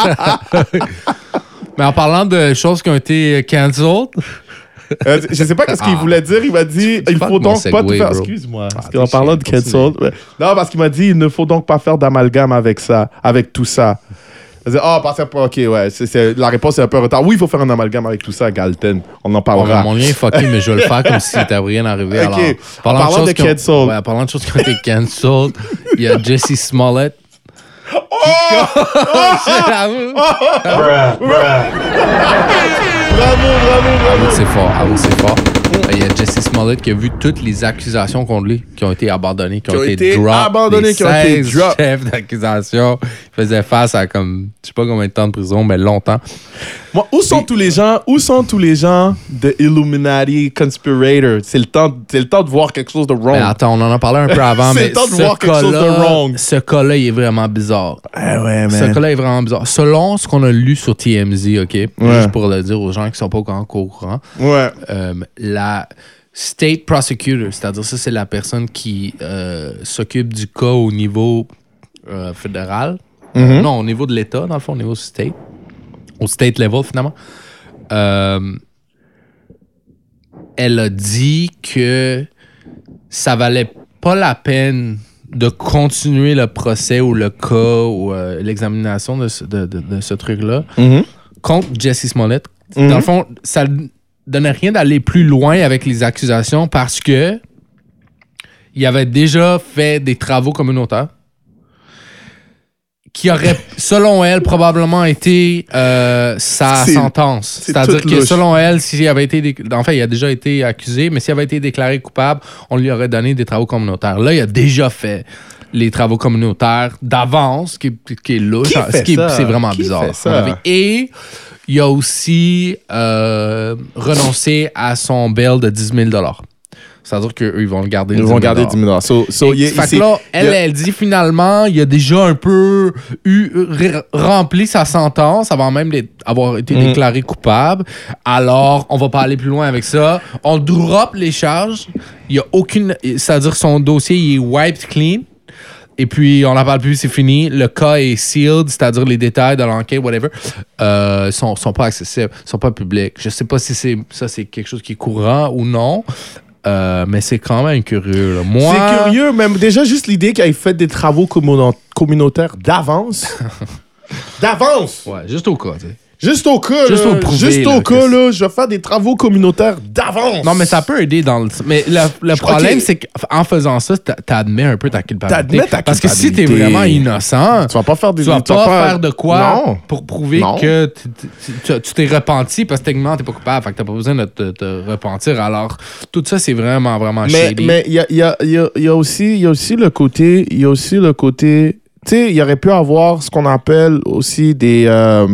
Mais en parlant de choses qui ont été cancelled...
je sais pas qu'est-ce qu'il voulait dire. Il m'a dit il faut donc pas te faire. Excuse-moi. Parce qu'en parlant de cancel. Non, parce qu'il m'a dit il ne faut donc pas faire d'amalgame avec ça, avec tout ça. Parce que ok, ouais. La réponse est un peu en retard. Oui, il faut faire un amalgame avec tout ça, Galton. On en parlera.
Mon lien est fucké, mais je vais le faire comme si t'avais rien arrivé.
Ok.
Alors,
parlant de cancel.
Ouais, parlant de choses qui ont été cancelled, il y a Jesse Smollett.
Oh! Bravo.
C'est fort. Il y a Jesse Smollett qui a vu toutes les accusations contre lui qui ont été abandonnées, qui ont été drop. Les 16 chefs d'accusation. Il faisait face à comme, je sais pas combien de temps de prison, mais longtemps.
Moi, où sont tous les gens de Illuminati Conspirator? C'est le temps de voir quelque chose de wrong.
Mais attends, on en a parlé un peu avant,
C'est
mais
le temps de voir quelque chose de wrong.
ce cas-là, il est vraiment bizarre.
Ouais,
Ce cas-là est vraiment bizarre. Selon ce qu'on a lu sur TMZ, OK? Juste pour le dire aux gens qui sont pas encore au courant.
Ouais.
La state prosecutor, c'est-à-dire ça, c'est la personne qui s'occupe du cas au niveau fédéral. Non, au niveau de l'État, dans le fond, au niveau state. Au state level, finalement. Elle a dit que ça valait pas la peine de continuer le procès ou le cas ou l'examination de ce truc-là contre Jesse Smollett. Dans le fond, ça donnait rien d'aller plus loin avec les accusations parce que il avait déjà fait des travaux communautaires qui auraient, selon elle, probablement été sa sentence. C'est-à-dire que, selon elle, s'il avait été... En fait, il a déjà été accusé, mais s'il avait été déclaré coupable, on lui aurait donné des travaux communautaires. Là, il a déjà fait les travaux communautaires d'avance, qui est louche. C'est vraiment bizarre. Et il a aussi renoncé à son bail de 10 000 $. C'est-à-dire qu'eux, ils vont le garder 10 000 $. Ils vont garder 10 000 $.
Fait
que là, elle dit finalement, il a déjà un peu rempli sa sentence avant même d'avoir été déclaré coupable. Alors, on va pas aller plus loin avec ça. On drop les charges. Il y a aucune... C'est-à-dire son dossier, il est wiped clean. Et puis, on n'en parle plus, c'est fini. Le cas est sealed, c'est-à-dire les détails de l'enquête, whatever, sont pas accessibles, sont pas publics. Je sais pas si c'est quelque chose qui est courant ou non. Mais c'est quand même curieux. Là. Moi...
C'est curieux, même déjà juste l'idée qu'il ait fait des travaux communautaires d'avance. D'avance!
Ouais, juste au cas, tu sais.
Juste au cas, là, je vais faire des travaux communautaires d'avance.
Non, mais ça peut aider dans le... Mais le problème, c'est qu'en faisant ça, t'admets un peu ta culpabilité. Parce que si t'es vraiment innocent,
tu vas pas faire
faire de quoi pour prouver que tu t'es repenti, parce que techniquement, t'es pas coupable, fait que t'as pas besoin de te repentir. Alors, tout ça, c'est vraiment, vraiment shady.
Mais il y a aussi le côté... Tu sais, il y aurait pu avoir ce qu'on appelle aussi des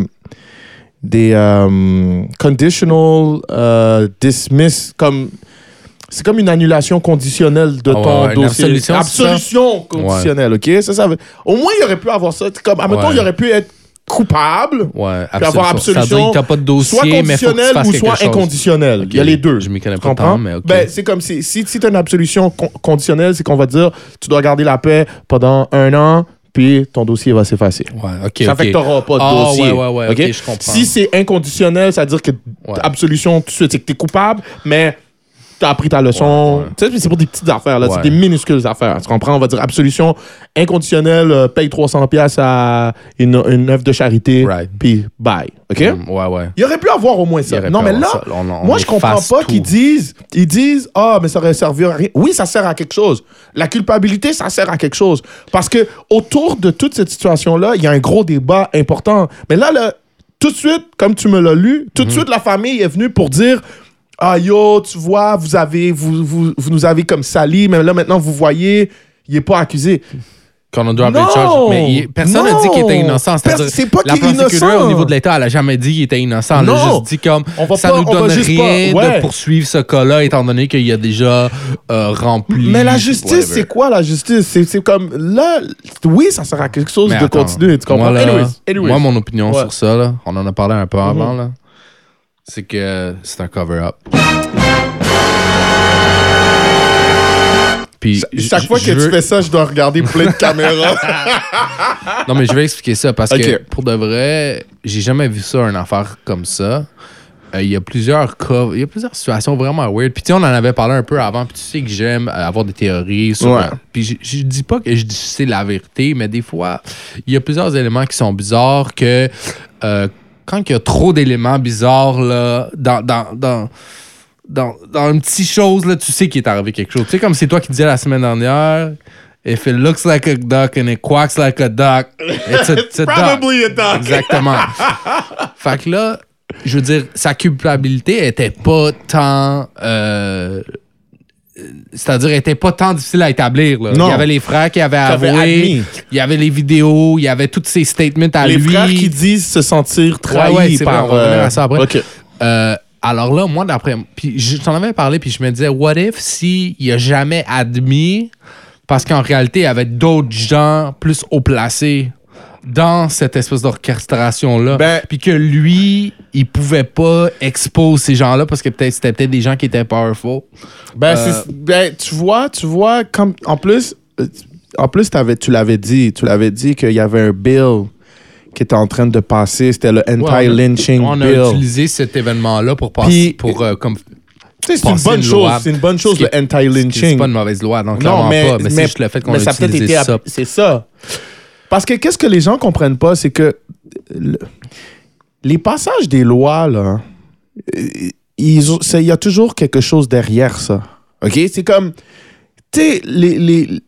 conditional dismiss, comme c'est comme une annulation conditionnelle de ton dossier. Absolution conditionnelle, OK? Ça veut... Au moins, il aurait pu avoir ça. Comme, admettons, il aurait pu être coupable, puis avoir absolution,
ça veut dire que t'as pas de dossier,
soit conditionnel ou soit inconditionnel. Il y a les deux.
Je m'y connais pas tant, mais OK.
Ben, c'est comme si tu as une absolution conditionnelle, c'est qu'on va dire tu dois garder la paix pendant 1 an, puis ton dossier va s'effacer.
Ouais, OK.
Ça fait que tu n'auras pas de dossier.
Ouais, OK, je comprends.
Si c'est inconditionnel, ça veut dire que absolution tout de suite, c'est que tu es coupable, mais tu as appris ta leçon. Tu sais, c'est pour des petites affaires, là. C'est des minuscules affaires. Tu comprends? On va dire absolution inconditionnelle, paye 300$ à une œuvre de charité, puis bye. OK?
Ouais.
Il aurait pu avoir au moins ça. Non, mais là, moi, je comprends pas qu'ils disent, mais ça aurait servi à rien. Oui, ça sert à quelque chose. La culpabilité, ça sert à quelque chose. Parce que autour de toute cette situation-là, il y a un gros débat important. Mais là, tout de suite, comme tu me l'as lu, tout de suite, la famille est venue pour dire... Ah yo, tu vois, vous nous avez comme sali, mais là maintenant vous voyez, il est pas accusé.
Qu'on a drop les charges. Mais personne n'a dit qu'il était innocent.
C'est pas qu'il est innocent.
La prosecutrice au niveau de l'État, elle a jamais dit qu'il était innocent. Elle a juste dit comme ça nous donne rien de poursuivre ce cas-là, étant donné qu'il y a déjà rempli.
Mais la justice, c'est quoi la justice? C'est comme là, oui, ça sert à quelque chose de continuer. Tu comprends?
Moi, mon opinion sur ça, là, on en a parlé un peu avant, là. C'est que c'est un cover-up. Puis
chaque fois que tu fais ça, je dois regarder plein de caméras.
Non, mais je vais expliquer ça parce que pour de vrai, j'ai jamais vu ça, une affaire comme ça. Il y a plusieurs cas, il y a plusieurs situations vraiment weird. Puis tu sais, on en avait parlé un peu avant. Puis tu sais que j'aime avoir des théories sur. Puis je dis pas que c'est la vérité, mais des fois, il y a plusieurs éléments qui sont bizarres que. Quand il y a trop d'éléments bizarres là, dans une petite chose, là, tu sais qu'il est arrivé quelque chose. Tu sais, comme c'est toi qui disais la semaine dernière, if it looks like a duck and it quacks like a duck, it's a
Probably a duck.
Exactement. Fait que là, je veux dire, sa culpabilité était pas tant... c'est-à-dire, elle était pas tant difficile à établir. Là.
Non.
Il y avait les frères qui avaient avoué,
admis.
il y avait les vidéos, il y avait tous ces statements à
Les
lui.
frères qui disent se sentir trahis
c'est
par...
vrai, on va revenir à ça après.
OK.
Alors là, moi, d'après... Puis je t'en avais parlé, puis je me disais, what if s'il a jamais admis, parce qu'en réalité, il y avait d'autres gens plus haut placés dans cette espèce d'orchestration-là, puis que lui, il pouvait pas exposer ces gens-là parce que c'était peut-être des gens qui étaient powerful.
Tu vois, comme en plus tu l'avais dit qu'il y avait un bill qui était en train de passer, c'était le anti-lynching
on
bill.
a utilisé cet événement-là pour passer, comme
c'est une bonne chose. C'est une bonne chose, le anti-lynching.
C'est pas une mauvaise loi, donc clairement pas. Mais c'est juste le fait qu'on a utilisé ça.
C'est ça. Parce que qu'est-ce que les gens comprennent pas, c'est que les passages des lois, là, il y a toujours quelque chose derrière ça. OK? C'est comme, tu sais,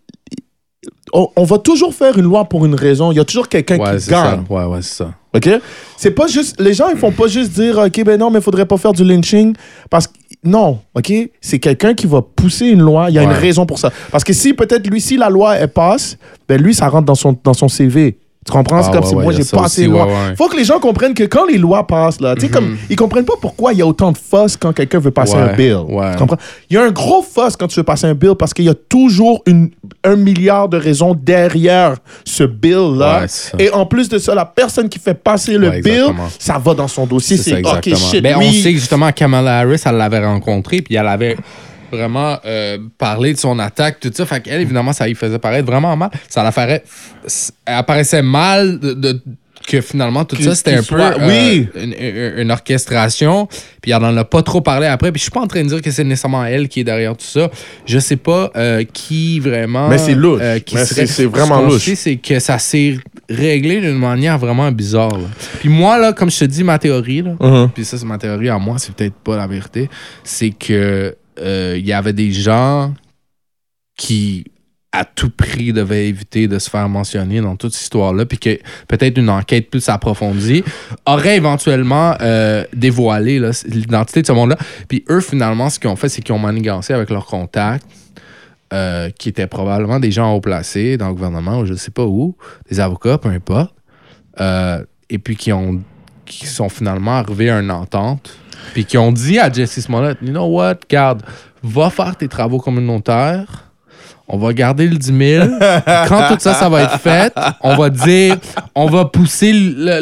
on va toujours faire une loi pour une raison. Il y a toujours quelqu'un qui gagne.
Ouais, c'est ça.
OK? C'est pas juste... Les gens, ils font pas juste dire, OK, ben non, mais il faudrait pas faire du lynching. Parce que... Non, OK? C'est quelqu'un qui va pousser une loi. Il y a une raison pour ça. Parce que si, peut-être, lui, si la loi, elle passe, ben lui, ça rentre dans son CV. Tu comprends? C'est comme si moi, j'ai passé une loi. Faut que les gens comprennent que quand les lois passent, là, tu sais, comme, ils comprennent pas pourquoi il y a autant de fuss quand quelqu'un veut passer un bill. Tu comprends? Il y a un gros fuss quand tu veux passer un bill parce qu'il y a toujours 1 milliard de raisons derrière ce bill-là. Et en plus de ça, la personne qui fait passer le bill, ça va dans son dossier. C'est OK, shit.
Ben, on sait que justement, Kamala Harris, elle l'avait rencontré, puis elle avait vraiment parlé de son attaque, tout ça. Fait qu'elle, évidemment, ça lui faisait paraître vraiment mal. Ça la ferait... Elle paraissait mal que finalement, tout ça, c'était un peu une orchestration. Puis elle n'en a pas trop parlé après. Puis je suis pas en train de dire que c'est nécessairement elle qui est derrière tout ça. Je sais pas qui vraiment...
Mais c'est louche. C'est vraiment louche.
Ce qu'on sait, c'est que ça s'est réglé d'une manière vraiment bizarre. Là. Puis moi, là, comme je te dis, ma théorie, là, puis ça, c'est ma théorie à moi, c'est peut-être pas la vérité, c'est que il y avait des gens qui, à tout prix, devaient éviter de se faire mentionner dans toute cette histoire-là, puis que peut-être une enquête plus approfondie aurait éventuellement dévoilé là, l'identité de ce monde-là. Puis eux, finalement, ce qu'ils ont fait, c'est qu'ils ont manigancé avec leurs contacts, qui étaient probablement des gens haut placés dans le gouvernement, ou je ne sais pas où, des avocats, peu importe, et puis qui sont finalement arrivés à une entente, puis qui ont dit à Jesse Smollett, you know what, garde, va faire tes travaux communautaires, on va garder le 10 000. Quand tout ça va être fait, on va dire, on va pousser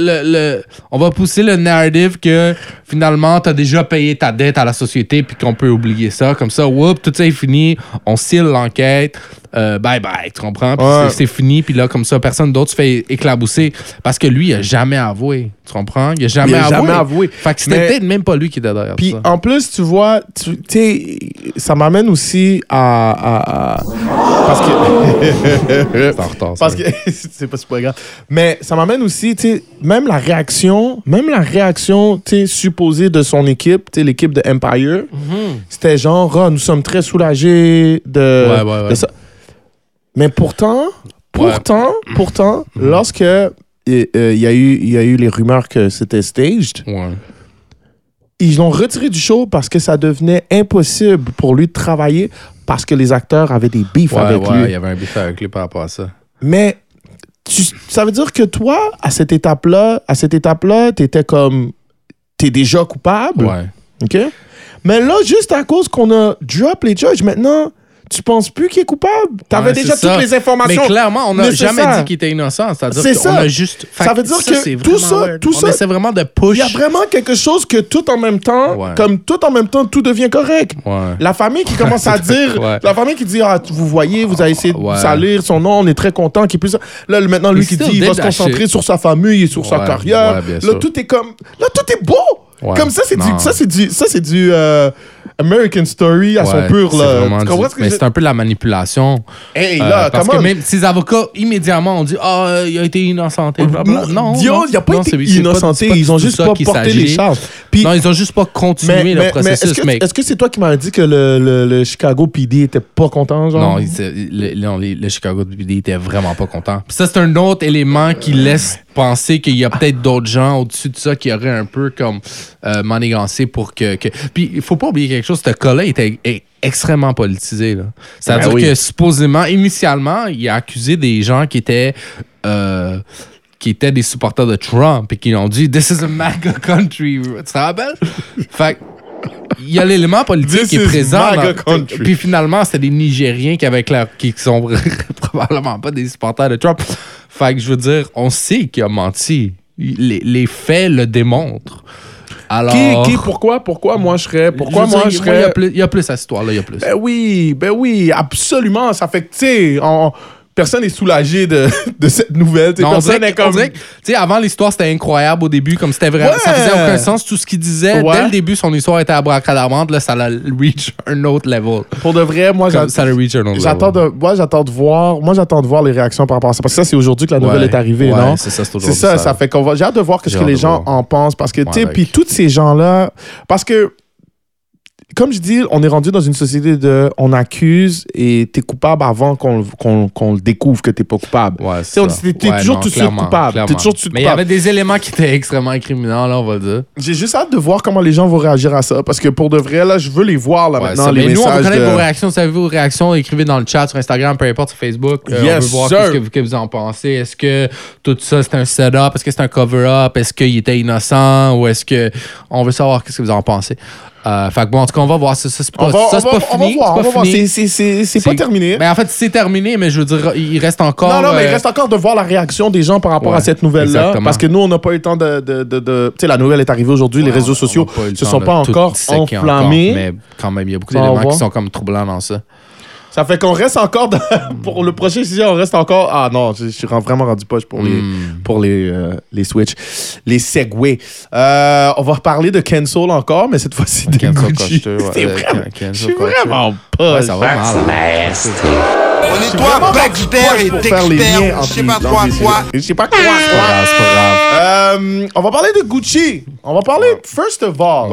le narrative que finalement, t'as déjà payé ta dette à la société puis qu'on peut oublier ça. Comme ça, whoop, tout ça est fini, on scelle l'enquête, bye-bye, tu comprends? Puis c'est fini, puis là, comme ça, personne d'autre se fait éclabousser parce que lui, il a jamais avoué, tu comprends? Il a jamais avoué. Fait que c'était peut-être même pas lui qui était derrière ça.
Puis en plus, tu vois, tu sais, ça m'amène aussi à parce que
c'est en retard,
parce que c'est pas super grave. Mais ça m'amène aussi, tu sais, même la réaction, tu sais, supposée de son équipe, tu sais, l'équipe de Empire, c'était genre, nous sommes très soulagés de ça. Mais pourtant, lorsque il y a eu les rumeurs que c'était staged, ils l'ont retiré du show parce que ça devenait impossible pour lui de travailler parce que les acteurs avaient des beefs avec lui.
Il y avait un beef avec lui par rapport à ça.
Mais ça veut dire que toi, à cette étape-là, t'es déjà coupable.
Ouais.
OK? Mais là, juste à cause qu'on a drop les judges, maintenant, tu penses plus qu'il est coupable? T'avais déjà toutes les informations.
Mais clairement, on n'a jamais dit qu'il était innocent. C'est-à-dire qu'on a juste...
Ça veut dire que tout ça...
On essaie vraiment de push.
Il y a vraiment quelque chose que tout en même temps, tout devient correct.
Ouais.
La famille qui commence à dire... La famille qui dit, vous voyez, vous avez essayé de salir son nom, on est très content qu'il puisse... Là, maintenant, lui qui dit, il va se concentrer sur sa famille et sur sa carrière. Là, tout est comme... Là, tout est beau! Ouais. Comme ça, c'est du American Story à son pur, là. Tu comprends ce que
c'est un peu de la manipulation.
Hey, là,
parce que même ces avocats, immédiatement, ont dit il a été innocenté. Non,
il n'a pas été innocenté. Ils ont juste pas porté les charges.
Non, ils ont juste pas continué le processus.
Est-ce que c'est toi qui m'as dit que le Chicago PD était pas content, genre?
Non, le Chicago PD était vraiment pas content. Puis ça, c'est un autre élément qui laisse penser qu'il y a peut-être d'autres gens au-dessus de ça qui auraient un peu comme manigancé pour que... Puis il faut pas oublier quelque chose, ce cas-là est extrêmement politisé. Là. C'est-à-dire que supposément, initialement, il a accusé des gens qui étaient des supporters de Trump et qui ont dit « This is a MAGA country ». Tu te rappelles? Fait il y a l'élément politique qui est présent. Puis finalement, c'était des Nigériens qui sont probablement pas des supporters de Trump. Fait que je veux dire, on sait qu'il a menti. Les faits le démontrent. Alors...
Pourquoi moi je serais...
Il y a plus à cette histoire-là, il y a plus.
Ben oui, absolument. Ça fait que, tu sais... Personne n'est soulagé de cette nouvelle.
Non, personne n'est comme... avant, l'histoire, c'était incroyable au début. Comme c'était vrai. Ça faisait aucun sens. Tout ce qu'il disait, dès le début, son histoire était abracadabrante. Là, ça l'a reach un autre level.
Pour de vrai, moi,
j'attends
de voir les réactions par rapport à ça. Parce que ça, c'est aujourd'hui que la nouvelle est arrivée, non?
C'est ça, c'est aujourd'hui.
C'est ça fait qu'on va... J'ai hâte de voir ce que les gens en pensent. Parce que, tu sais, puis tous ces gens-là... Parce que... Comme je dis, on est rendu dans une société de on accuse et t'es coupable avant qu'on le découvre que t'es pas coupable.
Ouais,
t'es toujours tout de suite coupable.
Mais il y avait des éléments qui étaient extrêmement incriminants, là, on va dire.
J'ai juste hâte de voir comment les gens vont réagir à ça. Parce que pour de vrai, là, je veux les voir là, maintenant, les messages.
Nous, on veut connaître vos réactions. Savez-vous vos réactions? Écrivez dans le chat, sur Instagram, peu importe, sur Facebook. On veut voir ce que vous en pensez. Est-ce que tout ça, c'est un setup? Est-ce que c'est un cover-up? Est-ce qu'il était innocent? Ou est-ce que... On veut savoir ce que vous en pensez. Fait que bon, en tout cas, on va voir. C'est pas fini.
On va voir. C'est pas terminé.
Mais en fait, c'est terminé, mais je veux dire, il reste encore...
Non, mais il reste encore de voir la réaction des gens par rapport à cette nouvelle-là. Exactement. Parce que nous, on n'a pas eu le temps de... Tu sais, la nouvelle est arrivée aujourd'hui, les réseaux sociaux se sont pas encore enflammés.
Mais quand même, il y a beaucoup d'éléments qui sont comme troublants dans ça.
Ça fait qu'on reste encore pour le prochain sujet, on reste encore... Ah non, je suis vraiment rendu poche pour les Switch, les Segway. On va reparler de Cancel encore, mais cette fois-ci de Gucci. Je suis vraiment poche.
Ça va mal.
On est toi, Baxter et Dexter, je sais pas quoi.
C'est pas grave. On va parler de Gucci. On va parler, first of all,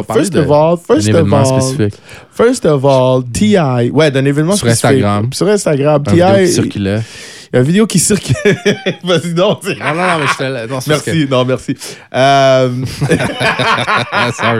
T.I. Ouais, d'un événement
sur Instagram.
Sur Instagram, T.I.
qui circulait.
Il y a une vidéo qui circule. Vas-y, non.
Non, mais je te laisse.
Merci, non, merci.
Sorry.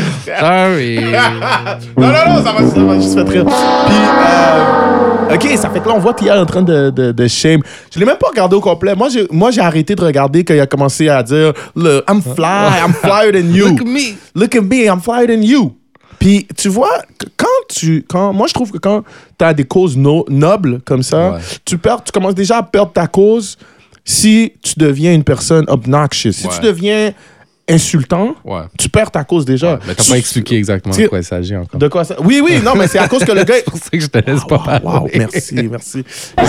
Non, ça va juste faire rire. Puis, OK, ça fait que là, on voit T.I. en train de shame. Je l'ai même pas regardé au complet. Moi, j'ai arrêté de regarder quand il a commencé à dire « Look, I'm flyer than you. Look at me, I'm flyer than you. » Puis, tu vois, moi, je trouve que quand tu as des causes nobles comme ça, tu commences déjà à perdre ta cause si tu deviens une personne obnoxious. Si tu deviens insultant, tu perds ta cause déjà.
Mais t'as pas expliqué exactement de quoi il s'agit encore.
De quoi ça? Oui, non, mais c'est à cause que le gars...
C'est pour ça que je te laisse pas parler.
Wow, merci. Merci.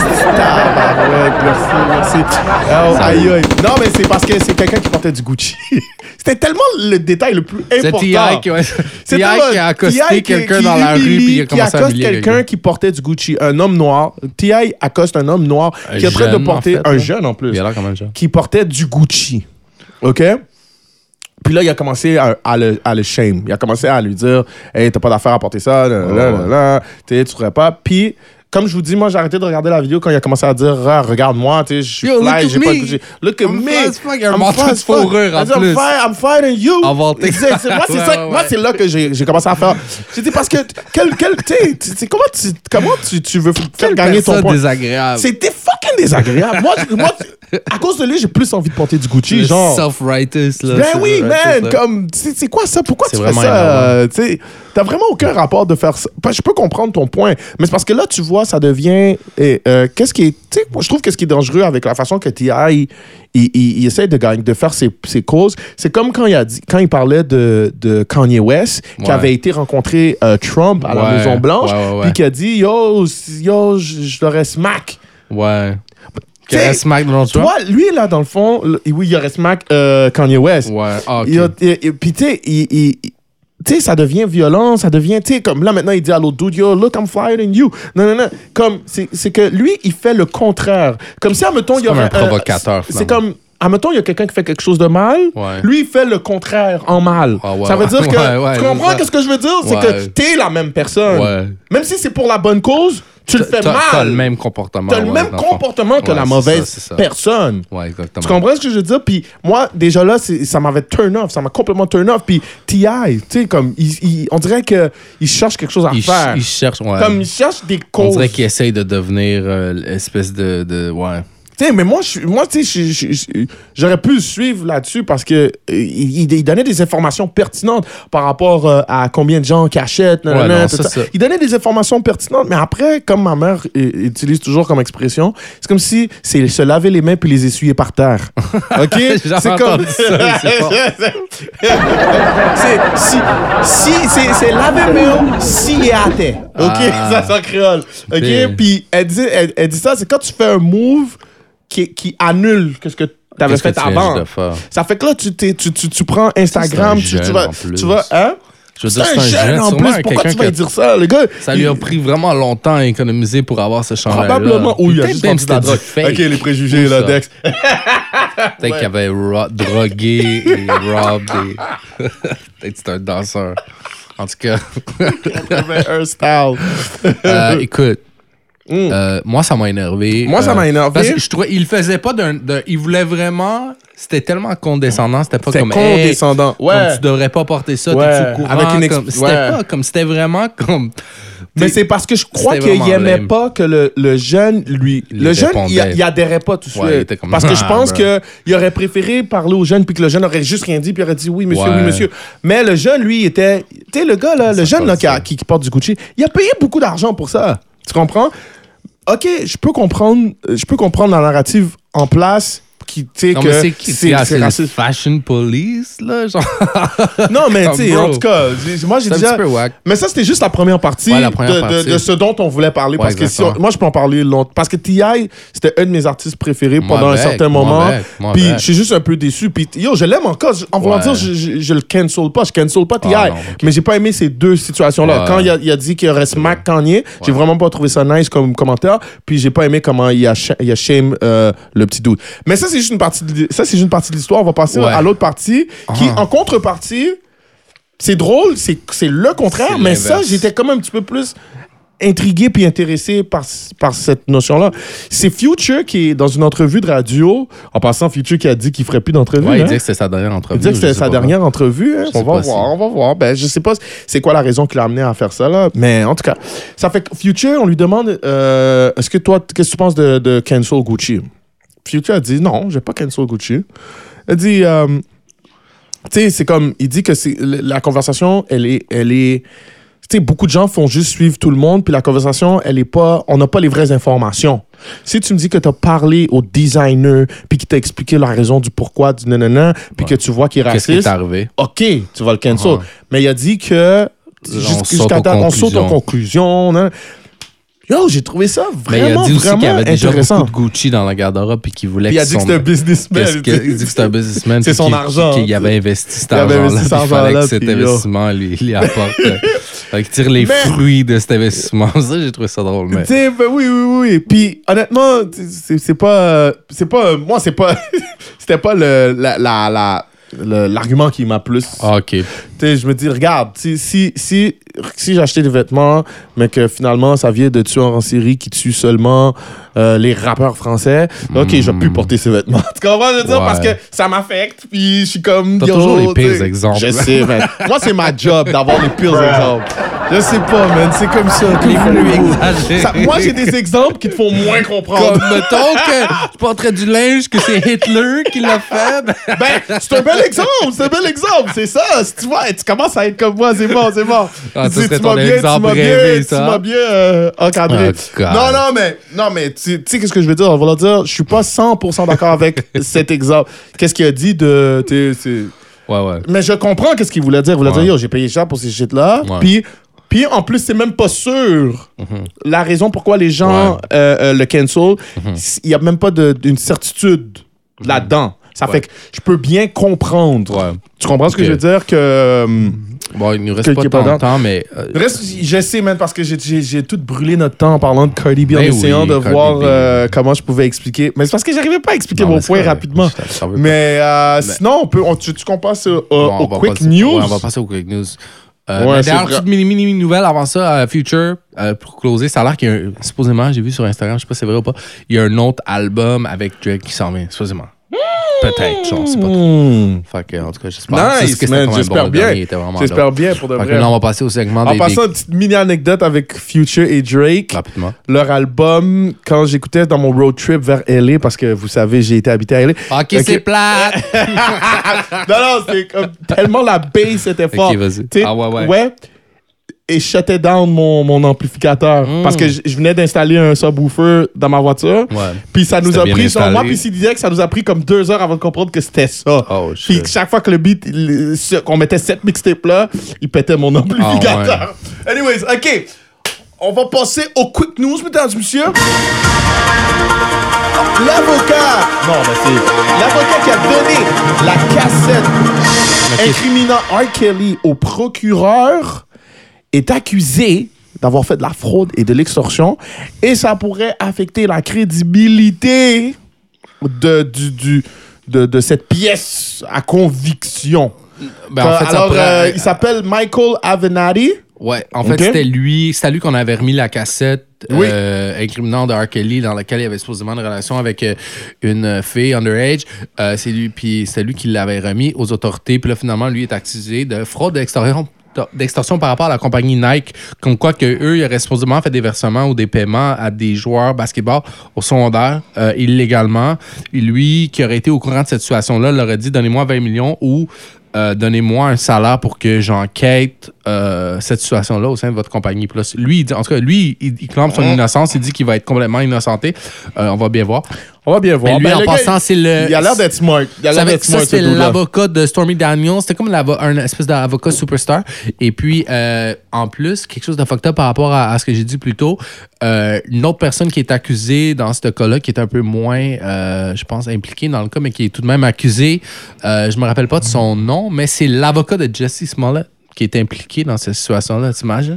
Aïe. Non, mais c'est parce que c'est quelqu'un qui portait du Gucci. C'était tellement le détail le plus important.
C'est T.I. qui a accosté quelqu'un dans la rue puis il a commencé à humilier
quelqu'un qui portait du Gucci. Un homme noir. T.I. accoste un homme noir qui est en train de porter... Un jeune, en plus.
Il a l'air comme un jeune.
Qui portait du Gucci. OK? Puis là, il a commencé à le shame. Il a commencé à lui dire « Hey, t'as pas d'affaire à porter ça. Tu ferais pas. » Puis, comme je vous dis, moi, j'ai arrêté de regarder la vidéo quand il a commencé à dire « Regarde-moi, je suis fly, j'ai pas de Gucci. Look at me.
Il y a un manteau de fourrure en plus.
I'm fighting you. » Moi, c'est là que j'ai commencé à faire. J'ai dit parce que, comment tu veux faire gagner ton point?
Désagréable.
C'était fucking désagréable. Moi, à cause de lui, j'ai plus envie de porter du Gucci, genre.
Self-righteous, là.
Ben oui, man, comme, c'est quoi ça? Pourquoi tu fais ça? T'as vraiment aucun rapport de faire ça. Je peux comprendre ton point, mais c'est parce que là, tu vois, ça devient... qu'est-ce qui est... Tu sais, je trouve que ce qui est dangereux avec la façon que T.I. il essaie de faire ses causes, c'est comme quand il parlait de Kanye West, qui avait été rencontrer Trump à la Maison-Blanche, puis qui a dit « Yo, je l'aurais smack. »
Ouais. Il aurait smack Donald Trump?
Toi, lui, là, dans le fond, oui, il aurait smack Kanye West.
Ouais, OK.
Puis, tu sais, ça devient violent, ça devient, tu sais, comme là, maintenant, il dit à l'autre dude, yo, look, I'm flyer than you. Non. Comme, c'est que lui, il fait le contraire. Comme si, admettons, il y aurait
un provocateur,
c'est comme, admettons, il y a quelqu'un qui fait quelque chose de mal, lui, il fait le contraire en mal. Ça veut dire que, tu comprends ce que je veux dire? C'est que t'es la même personne. Même si c'est pour la bonne cause, tu le fais mal.
T'as le même comportement.
T'as le même comportement que la mauvaise personne.
Ouais, exactement.
Tu comprends ce que je veux dire? Puis moi, déjà là, ça m'avait turn off. Ça m'a complètement turn off. Puis T.I., tu sais, comme, on dirait qu'il cherche quelque chose à faire.
Il cherche, ouais.
Comme il cherche des causes.
On dirait qu'il essaye de devenir espèce de ouais.
Tu sais, mais moi, tu sais, j'aurais pu le suivre là-dessus parce que il donnait des informations pertinentes par rapport à combien de gens qui achètent. Il donnait des informations pertinentes, mais après, comme ma mère utilise toujours comme expression, c'est comme si c'est se laver les mains puis les essuyer par terre. OK?
C'est comme ça.
C'est laver les mains s'il est à terre. OK? Ça, c'est en créole. OK? Puis elle dit ça, c'est quand tu fais un move qui annule ce que tu avais fait avant. Ça fait que là, tu prends Instagram, tu vas, hein?
Je veux dire,
c'est un jeune en plus. Pourquoi tu vas dire ça, le gars?
Ça lui a pris vraiment longtemps à économiser pour avoir ce chandail-là.
Probablement. Oui, il a juste vendu de la drogue. OK, les préjugés, là, Dex.
Peut-être qu'il avait drogué et rob. Peut-être que c'était un danseur. En tout cas.
Il avait un style.
Écoute. Moi, ça m'a énervé.
Moi, ça m'a énervé.
Parce que je trouvais, il le faisait pas il voulait vraiment. C'était tellement condescendant. C'était pas comme.
Condescendant.
Hey, comme tu devrais pas porter ça. T'es-tu au courant? Avec une c'était pas comme. C'était vraiment comme.
Mais c'est parce que je crois qu'il aimait pas que le jeune, lui. Le jeune, il adhérait pas tout de suite. Parce que je pense qu'il aurait préféré parler au jeune puis que le jeune aurait juste rien dit puis il aurait dit oui, monsieur, oui, monsieur. Mais le jeune, lui, était. Tu sais, le gars, là, le jeune là, qui porte du Gucci, il a payé beaucoup d'argent pour ça. Tu comprends? OK, je peux comprendre la narrative en place qui, tu sais, que
c'est raciste. Fashion police, là, genre.
Non, mais tu sais, en tout cas, moi, j'ai déjà... Mais ça, c'était juste la première partie, de ce dont on voulait parler. Parce que moi, je peux en parler longtemps. Parce que T.I., c'était un de mes artistes préférés pendant un certain moment. Puis je suis juste un peu déçu. Puis yo, je l'aime encore. En voulant dire, je le cancel pas. Je cancel pas T.I. Mais j'ai pas aimé ces deux situations-là. Quand il a dit qu'il y aurait Smack Kanye, j'ai vraiment pas trouvé ça nice comme commentaire. Puis j'ai pas aimé comment il a shame le petit dude. Mais ça, c'est juste une partie de l'histoire. On va passer à l'autre partie qui, en contrepartie, c'est drôle, c'est le contraire, mais ça, j'étais comme un petit peu plus intrigué puis intéressé par cette notion-là. C'est Future qui est dans une entrevue de radio, en passant, Future qui a dit qu'il ferait plus d'entrevue.
Ouais, il dit que c'était sa dernière entrevue.
Il dit que c'était sa dernière entrevue. Hein. On va voir. Ben, je sais pas c'est quoi la raison qui l'a amené à faire ça, là. Mais en tout cas, ça fait que Future, on lui demande qu'est-ce que tu penses de cancel Gucci? Future a dit non, je vais pas cancel Gucci. Elle dit, tu sais, c'est comme, il dit que la conversation, elle est, tu sais, beaucoup de gens font juste suivre tout le monde, puis la conversation, on n'a pas les vraies informations. Si tu me dis que tu as parlé au designer, puis qu'il t'a expliqué la raison du pourquoi, du nanana, puis que tu vois qu'il est raciste.
Qu'est-ce qui est arrivé?
OK, tu vas le cancel. Mais il a dit que jusqu'à date, on saute aux conclusions. Yo, j'ai trouvé ça vraiment,
il a dit aussi qu'il y avait déjà
intéressant.
beaucoup de Gucci dans la garde-robe puis qu'il voulait
il a dit que c'était un businessman.
Il dit que c'était un businessman.
C'est son argent.
Qu'il avait investi cet argent-là. Il fallait que cet investissement lui apporte. Qu'il tire les fruits de cet investissement. Ça, j'ai trouvé ça drôle.
Tu sais, oui. Puis honnêtement, c'est pas moi, c'était pas l'argument qui m'a plus.
OK.
Tu sais, je me dis, regarde, si j'ai acheté des vêtements, mais que finalement, ça vient de tueurs en série qui tuent seulement les rappeurs français, OK, je vais plus porter ces vêtements. Tu comprends, je veux dire? Parce que ça m'affecte, puis je suis comme...
T'as toujours les pires exemples.
Je sais, man. Moi, c'est ma job d'avoir les pires exemples. Je sais pas, man. C'est comme ça. Moi, j'ai des exemples qui te font moins comprendre.
Comme, mettons que tu porterais du linge que c'est Hitler qui l'a fait.
Ben, c'est un bel exemple. C'est ça. Si tu vois, tu commences à être comme moi, c'est bon.
Ah,
tu m'as bien encadré. Non, mais tu sais qu'est-ce que je veux dire? On va leur dire, je suis pas 100% d'accord avec cet exemple. Qu'est-ce qu'il a dit de...
Ouais.
Mais je comprends qu'est-ce qu'il voulait dire. Il voulait dire, yo, j'ai payé cher pour ces shit-là. Puis en plus, c'est même pas sûr la raison pourquoi les gens le cancel. Il y a même pas d'une certitude là-dedans. Ça fait que je peux bien comprendre. Tu comprends ce que je veux dire? Que...
Bon, il nous reste pas tant de temps, mais...
je sais, man, parce que j'ai tout brûlé notre temps en parlant de Cardi B en essayant de voir comment je pouvais expliquer. Mais c'est parce que j'arrivais pas à expliquer mon point rapidement. Mais sinon, tu qu'on passe aux quick news?
Ouais, on va passer aux quick news.
Ouais,
D'ailleurs, petite mini nouvelle avant ça, Future, pour closer, ça a l'air qu'il y a supposément, j'ai vu sur Instagram, je sais pas si c'est vrai ou pas, il y a un autre album avec Drake qui s'en vient, supposément. Peut-être, genre, c'est pas trop. Fait que, en tout cas, j'espère.
Nice, man, j'espère bien. J'espère bien pour de vrai.
Là, on va passer au segment
En passant, une petite mini-anecdote avec Future et Drake.
Rapidement.
Leur album, quand j'écoutais dans mon road trip vers LA, parce que vous savez, j'ai été habité à LA.
Ok, c'est plate!
non, c'est comme tellement la bass était forte.
Ok, vas-y.
T'sais, ouais. Et shuttait down mon amplificateur. Parce que je venais d'installer un subwoofer dans ma voiture.
Ouais.
Puis ça nous a pris,
installé.
moi puis C-Direct, ça nous a pris comme 2 heures avant de comprendre que c'était ça.
Oh,
Puis chaque fois que le beat, qu'on mettait cette mixtape là, il pétait mon amplificateur. Anyways, OK. On va passer aux quick news, mesdames et messieurs. L'avocat. Non, mais c'est l'avocat qui a donné la cassette incriminant R. Kelly au procureur est accusé d'avoir fait de la fraude et de l'extorsion et ça pourrait affecter la crédibilité de cette pièce à conviction.
Ben, en fait,
alors, il s'appelle Michael Avenatti.
Ouais, en fait, c'était lui qu'on avait remis la cassette incriminant de R. Kelly dans laquelle il y avait supposément une relation avec une fille underage. C'est lui qui l'avait remis aux autorités. Puis là, finalement, lui est accusé de fraude d'extorsion par rapport à la compagnie Nike, comme quoi qu'eux, ils auraient supposément fait des versements ou des paiements à des joueurs basketball au secondaire illégalement. Et lui, qui aurait été au courant de cette situation-là, leur a dit « Donnez-moi 20 millions » ou donnez-moi un salaire pour que j'enquête cette situation-là au sein de votre compagnie. Puis là, lui, il clame son innocence. Il dit qu'il va être complètement innocenté. On va bien voir.
On va bien voir.
Mais lui, en passant, c'est le...
Il a l'air d'être smart.
Ça, c'était l'avocat de Stormy Daniels. C'était comme un espèce d'avocat superstar. Et puis, en plus, quelque chose de fucked up par rapport à ce que j'ai dit plus tôt, une autre personne qui est accusée dans ce cas-là, qui est un peu moins, je pense, impliquée dans le cas, mais qui est tout de même accusée, je me rappelle pas de son nom, mais c'est l'avocat de Jussie Smollett qui est impliqué dans cette situation-là. T'imagines?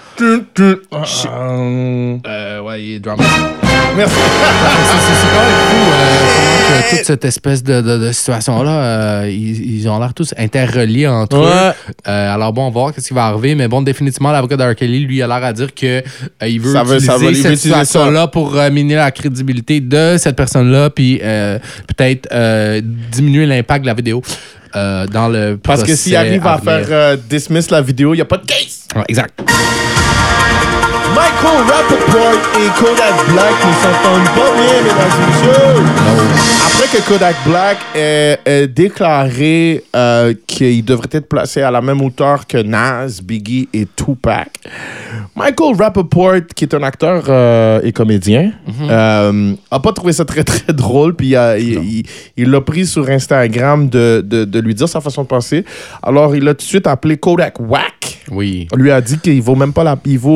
Ouais, il est drama.
Merci.
C'est quand même fou comment que toute cette espèce de situation-là, ils ont l'air tous interreliés entre eux. Alors bon, on va voir ce qui va arriver. Mais bon, définitivement, l'avocat de R. Kelly, lui, a l'air à dire qu'il veut utiliser cette situation-là pour miner la crédibilité de cette personne-là puis peut-être diminuer l'impact de la vidéo. Dans le
parce que s'il arrive à faire dismiss la vidéo, il n'y a pas de case.
Ouais, exact.
Michael Rappaport et Kodak Black ne s'entendent pas bien, mesdames et messieurs. Après que Kodak Black ait déclaré qu'il devrait être placé à la même hauteur que Nas, Biggie et Tupac, Michael Rappaport, qui est un acteur et comédien, a pas trouvé ça très très drôle, puis il l'a pris sur Instagram de lui dire sa façon de penser. Alors il a tout de suite appelé Kodak Wack.
Oui.
On lui a dit qu'il vaut même pas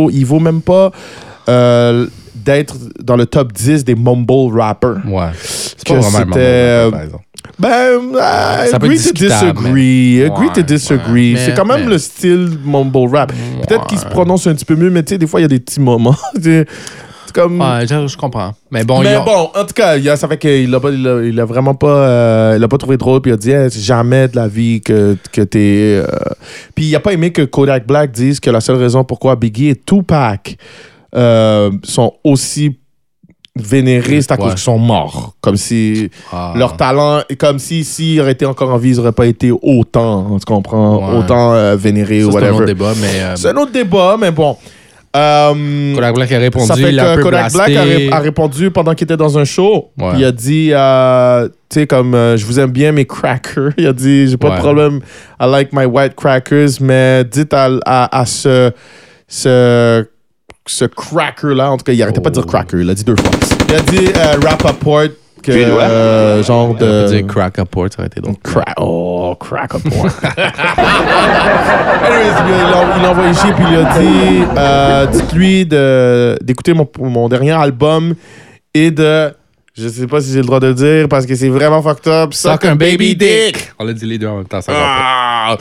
d'être dans le top 10 des mumble rappers.
Ouais. C'est pas vraiment un mumble rapper, par exemple.
Agree to disagree. Agree to disagree. C'est quand même le style mumble rap. Peut-être qu'il se prononce un petit peu mieux, mais tu sais, des fois, il y a des petits moments. Comme...
Ouais, je comprends. Mais bon,
en tout cas, ça fait qu'il a vraiment pas... il a pas trouvé drôle, puis il a dit hey, jamais de la vie que t'es... Puis il a pas aimé que Kodak Black dise que la seule raison pourquoi Biggie et Tupac sont aussi vénérés, c'est à cause qu'ils sont morts. Comme si leur talent... Comme si s'ils auraient été encore en vie, ils n'auraient pas été autant, tu comprends? Ouais. Autant vénérés ou whatever.
C'est un autre débat, mais...
C'est un autre débat, mais bon...
Kodak Black a répondu,
ça fait que Kodak Black a répondu pendant qu'il était dans un show. Ouais. Il a dit, tu sais, comme je vous aime bien mes crackers. Il a dit, j'ai pas de problème, I like my white crackers, mais dites à ce cracker-là, en tout cas, il arrêtait pas de dire cracker, il a dit 2 fois. Il a dit Rappaport. Genre de...
On peut dire Crackaport, ça aurait été drôle.
Crackaport. Anyways, il l'a envoyé chier, puis il a dit dites-lui d'écouter mon dernier album et de Je sais pas si j'ai le droit de le dire parce que c'est vraiment fucked up.
Suck un baby dick. On l'a dit les deux en même temps. Ça
Yo!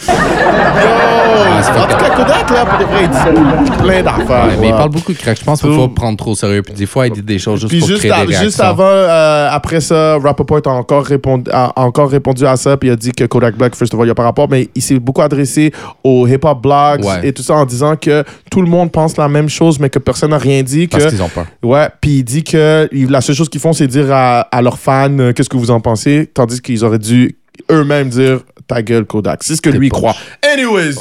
En tout cas, Kodak, là, pour de vrai, il dit plein d'affaires.
mais il parle beaucoup de crack. Je pense qu'il faut pas prendre trop au sérieux. Puis des fois, il dit des choses juste
puis
pour créer des réactions.
Juste avant, après ça, Rappaport a encore répondu à ça, puis il a dit que Kodak Black, first of all, il n'y a pas rapport, mais il s'est beaucoup adressé aux hip-hop blogs et tout ça en disant que tout le monde pense la même chose, mais que personne n'a rien dit.
Parce qu'ils ont peur.
Ouais, puis il dit que la seule chose qu'ils font, c'est dire à leurs fans qu'est-ce que vous en pensez, tandis qu'ils auraient dû eux-mêmes dire ta gueule, Kodak. C'est ce que lui croit. Anyways,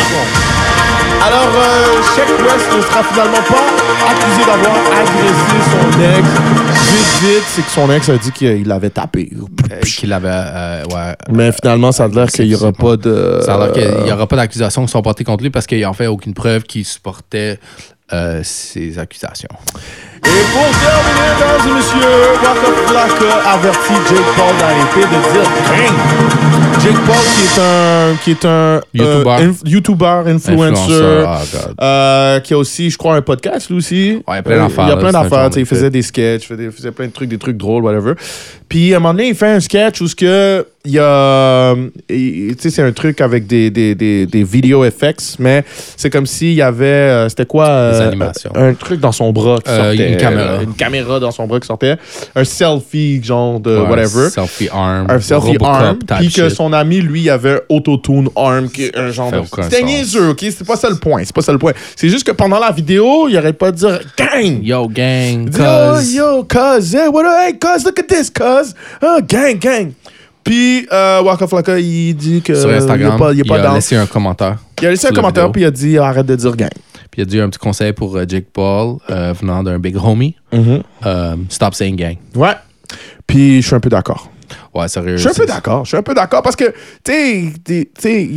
alors, Sheck West ne sera finalement pas accusé d'avoir agressé son ex. Vite, c'est que son ex a dit qu'il l'avait tapé.
Qu'il avait, ouais.
Mais finalement, ça a l'air qu'il n'y aura pas de...
Ça a l'air qu'il n'y aura pas d'accusations qui sont portées contre lui parce qu'il n'y a en fait aucune preuve qui supportait ces accusations.
Et pour terminer, mesdames et messieurs, Waka Flocka avertit Jake Paul d'arrêter de dire gang. Jake Paul qui est un YouTuber, influencer, qui a aussi, je crois, un podcast lui aussi.
Ouais, il y a plein d'affaires.
Il y a plein d'affaires. Il faisait des sketchs, il faisait plein de trucs, des trucs drôles, whatever. Puis à un moment donné, il fait un sketch où il y a, tu sais, c'est un truc avec des video effects, mais c'est comme s'il y avait, c'était quoi?
Des animations.
Un truc dans son bras qui sortait.
Une
caméra dans son bras qui sortait. Un selfie, genre de whatever.
Un selfie arm.
Un selfie arm. Puis que son ami, lui, il avait Autotune arm, qui est un genre de... C'était niaiseux, OK? C'est pas ça le point. C'est juste que pendant la vidéo, il arrête pas de dire « Gang! »
Yo, gang,
cuz. Yo, cuz. Hey, hey, cuz, look at this, cuz. Oh, gang. Puis, Waka Flocka, il dit que...
Sur Instagram, il a laissé un commentaire.
Il a laissé un commentaire, puis il a dit « Arrête de dire gang. »
Puis il a dit un petit conseil pour Jake Paul, venant d'un big homie. Stop saying gang.
Ouais. Puis je suis un peu d'accord.
Ouais, sérieux.
Je suis un peu d'accord parce que, tu sais, il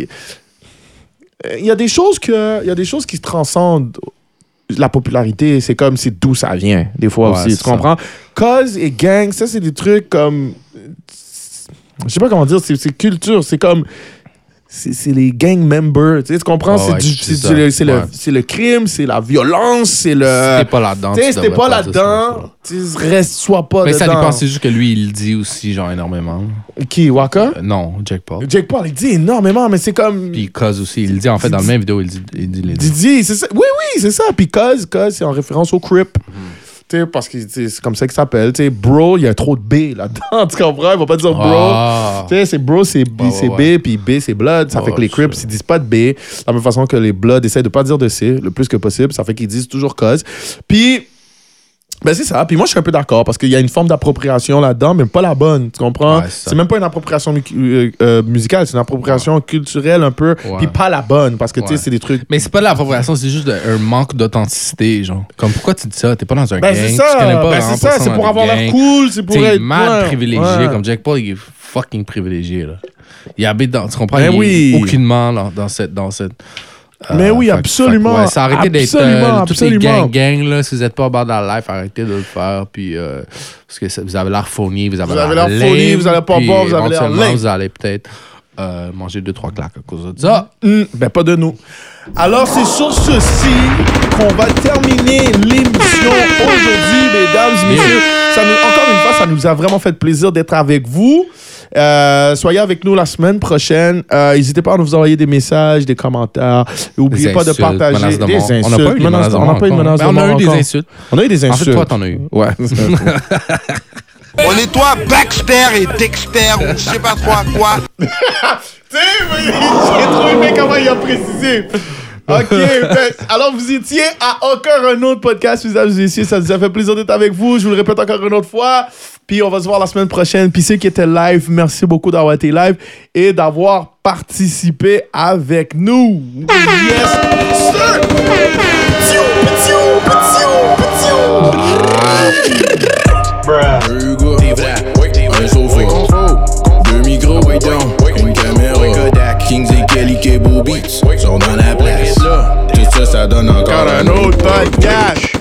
y a des choses qui se transcendent la popularité. C'est comme, c'est d'où ça vient, des fois aussi. Tu comprends? Cause et gang, ça, c'est des trucs comme... Je sais pas comment dire, c'est culture. C'est comme... C'est les gang members, tu comprends? C'est le crime, c'est la violence, c'est le...
Si t'es pas là-dedans,
sois pas dedans.
Mais ça dépend, c'est juste que lui, il dit aussi, genre, énormément.
Qui, Waka?
Non, Jake Paul.
Jake Paul, il dit énormément, mais c'est comme...
Puis Cuz aussi, il dit, en fait, dans la même vidéo, il dit les deux.
Didi, c'est ça. Oui, c'est ça. Puis Cuz, c'est en référence au Crip. Parce que c'est comme ça qu'il s'appelle. Bro, il y a trop de B là-dedans. Tu comprends? Il va pas dire bro. C'est bro, c'est B, puis B, c'est blood. Ça fait que les Crips, ils disent pas de B. De la même façon que les Bloods essaient de pas dire de C le plus que possible. Ça fait qu'ils disent toujours cause. Puis, ben c'est ça. Puis moi, je suis un peu d'accord parce qu'il y a une forme d'appropriation là-dedans, mais pas la bonne. Tu comprends? Ouais, c'est même pas une appropriation musicale, c'est une appropriation culturelle un peu, puis pas la bonne parce que tu sais, c'est des trucs.
Mais c'est pas de l'appropriation, c'est juste un manque d'authenticité, genre. Comme pourquoi tu dis ça? T'es pas dans un gang.
C'est ça.
Tu connais pas,
c'est ça. C'est pour avoir l'air cool, c'est pour être
mal privilégié. Comme Jake Paul, il est fucking privilégié là. Il habite dans, tu comprends? Il est aucunement dans cette.
Mais oui, absolument.
Ouais, ça arrêtez d'être tous ces gang là. Si vous n'êtes pas au bord de la life, arrêtez de le faire. Puis, parce que vous avez l'air phony, vous avez l'air phony,
vous allez pas boire, vous avez l'air lame.
Vous allez peut-être manger 2-3 claques à cause de ça.
Ben, pas de nous. Alors, c'est sur ceci qu'on va terminer l'émission aujourd'hui, mesdames et messieurs. Encore une fois, ça nous a vraiment fait plaisir d'être avec vous. Soyez avec nous la semaine prochaine. N'hésitez pas à nous envoyer des messages, des commentaires. N'oubliez pas de partager des insultes.
On n'a pas eu de menaces de mort. On a eu des insultes.
On a eu des insultes.
En fait, toi, t'en as eu.
Ouais.
On nettoie Baxter et Dexter ou je sais pas trop à quoi.
Tu sais, j'ai trop aimé comment il a précisé. OK, alors vous étiez à encore un autre podcast, mesdames et messieurs. Ça nous a fait plaisir d'être avec vous. Je vous le répète encore une autre fois. Puis on va se voir la semaine prochaine. Puis ceux qui étaient live, merci beaucoup d'avoir été live et d'avoir participé avec nous. Yes, sir!
Un sofa, deux micros, way down, une caméra, Kings et Kelly Cable Beats sont dans la place. Tout ça, ça donne encore un autre podcast.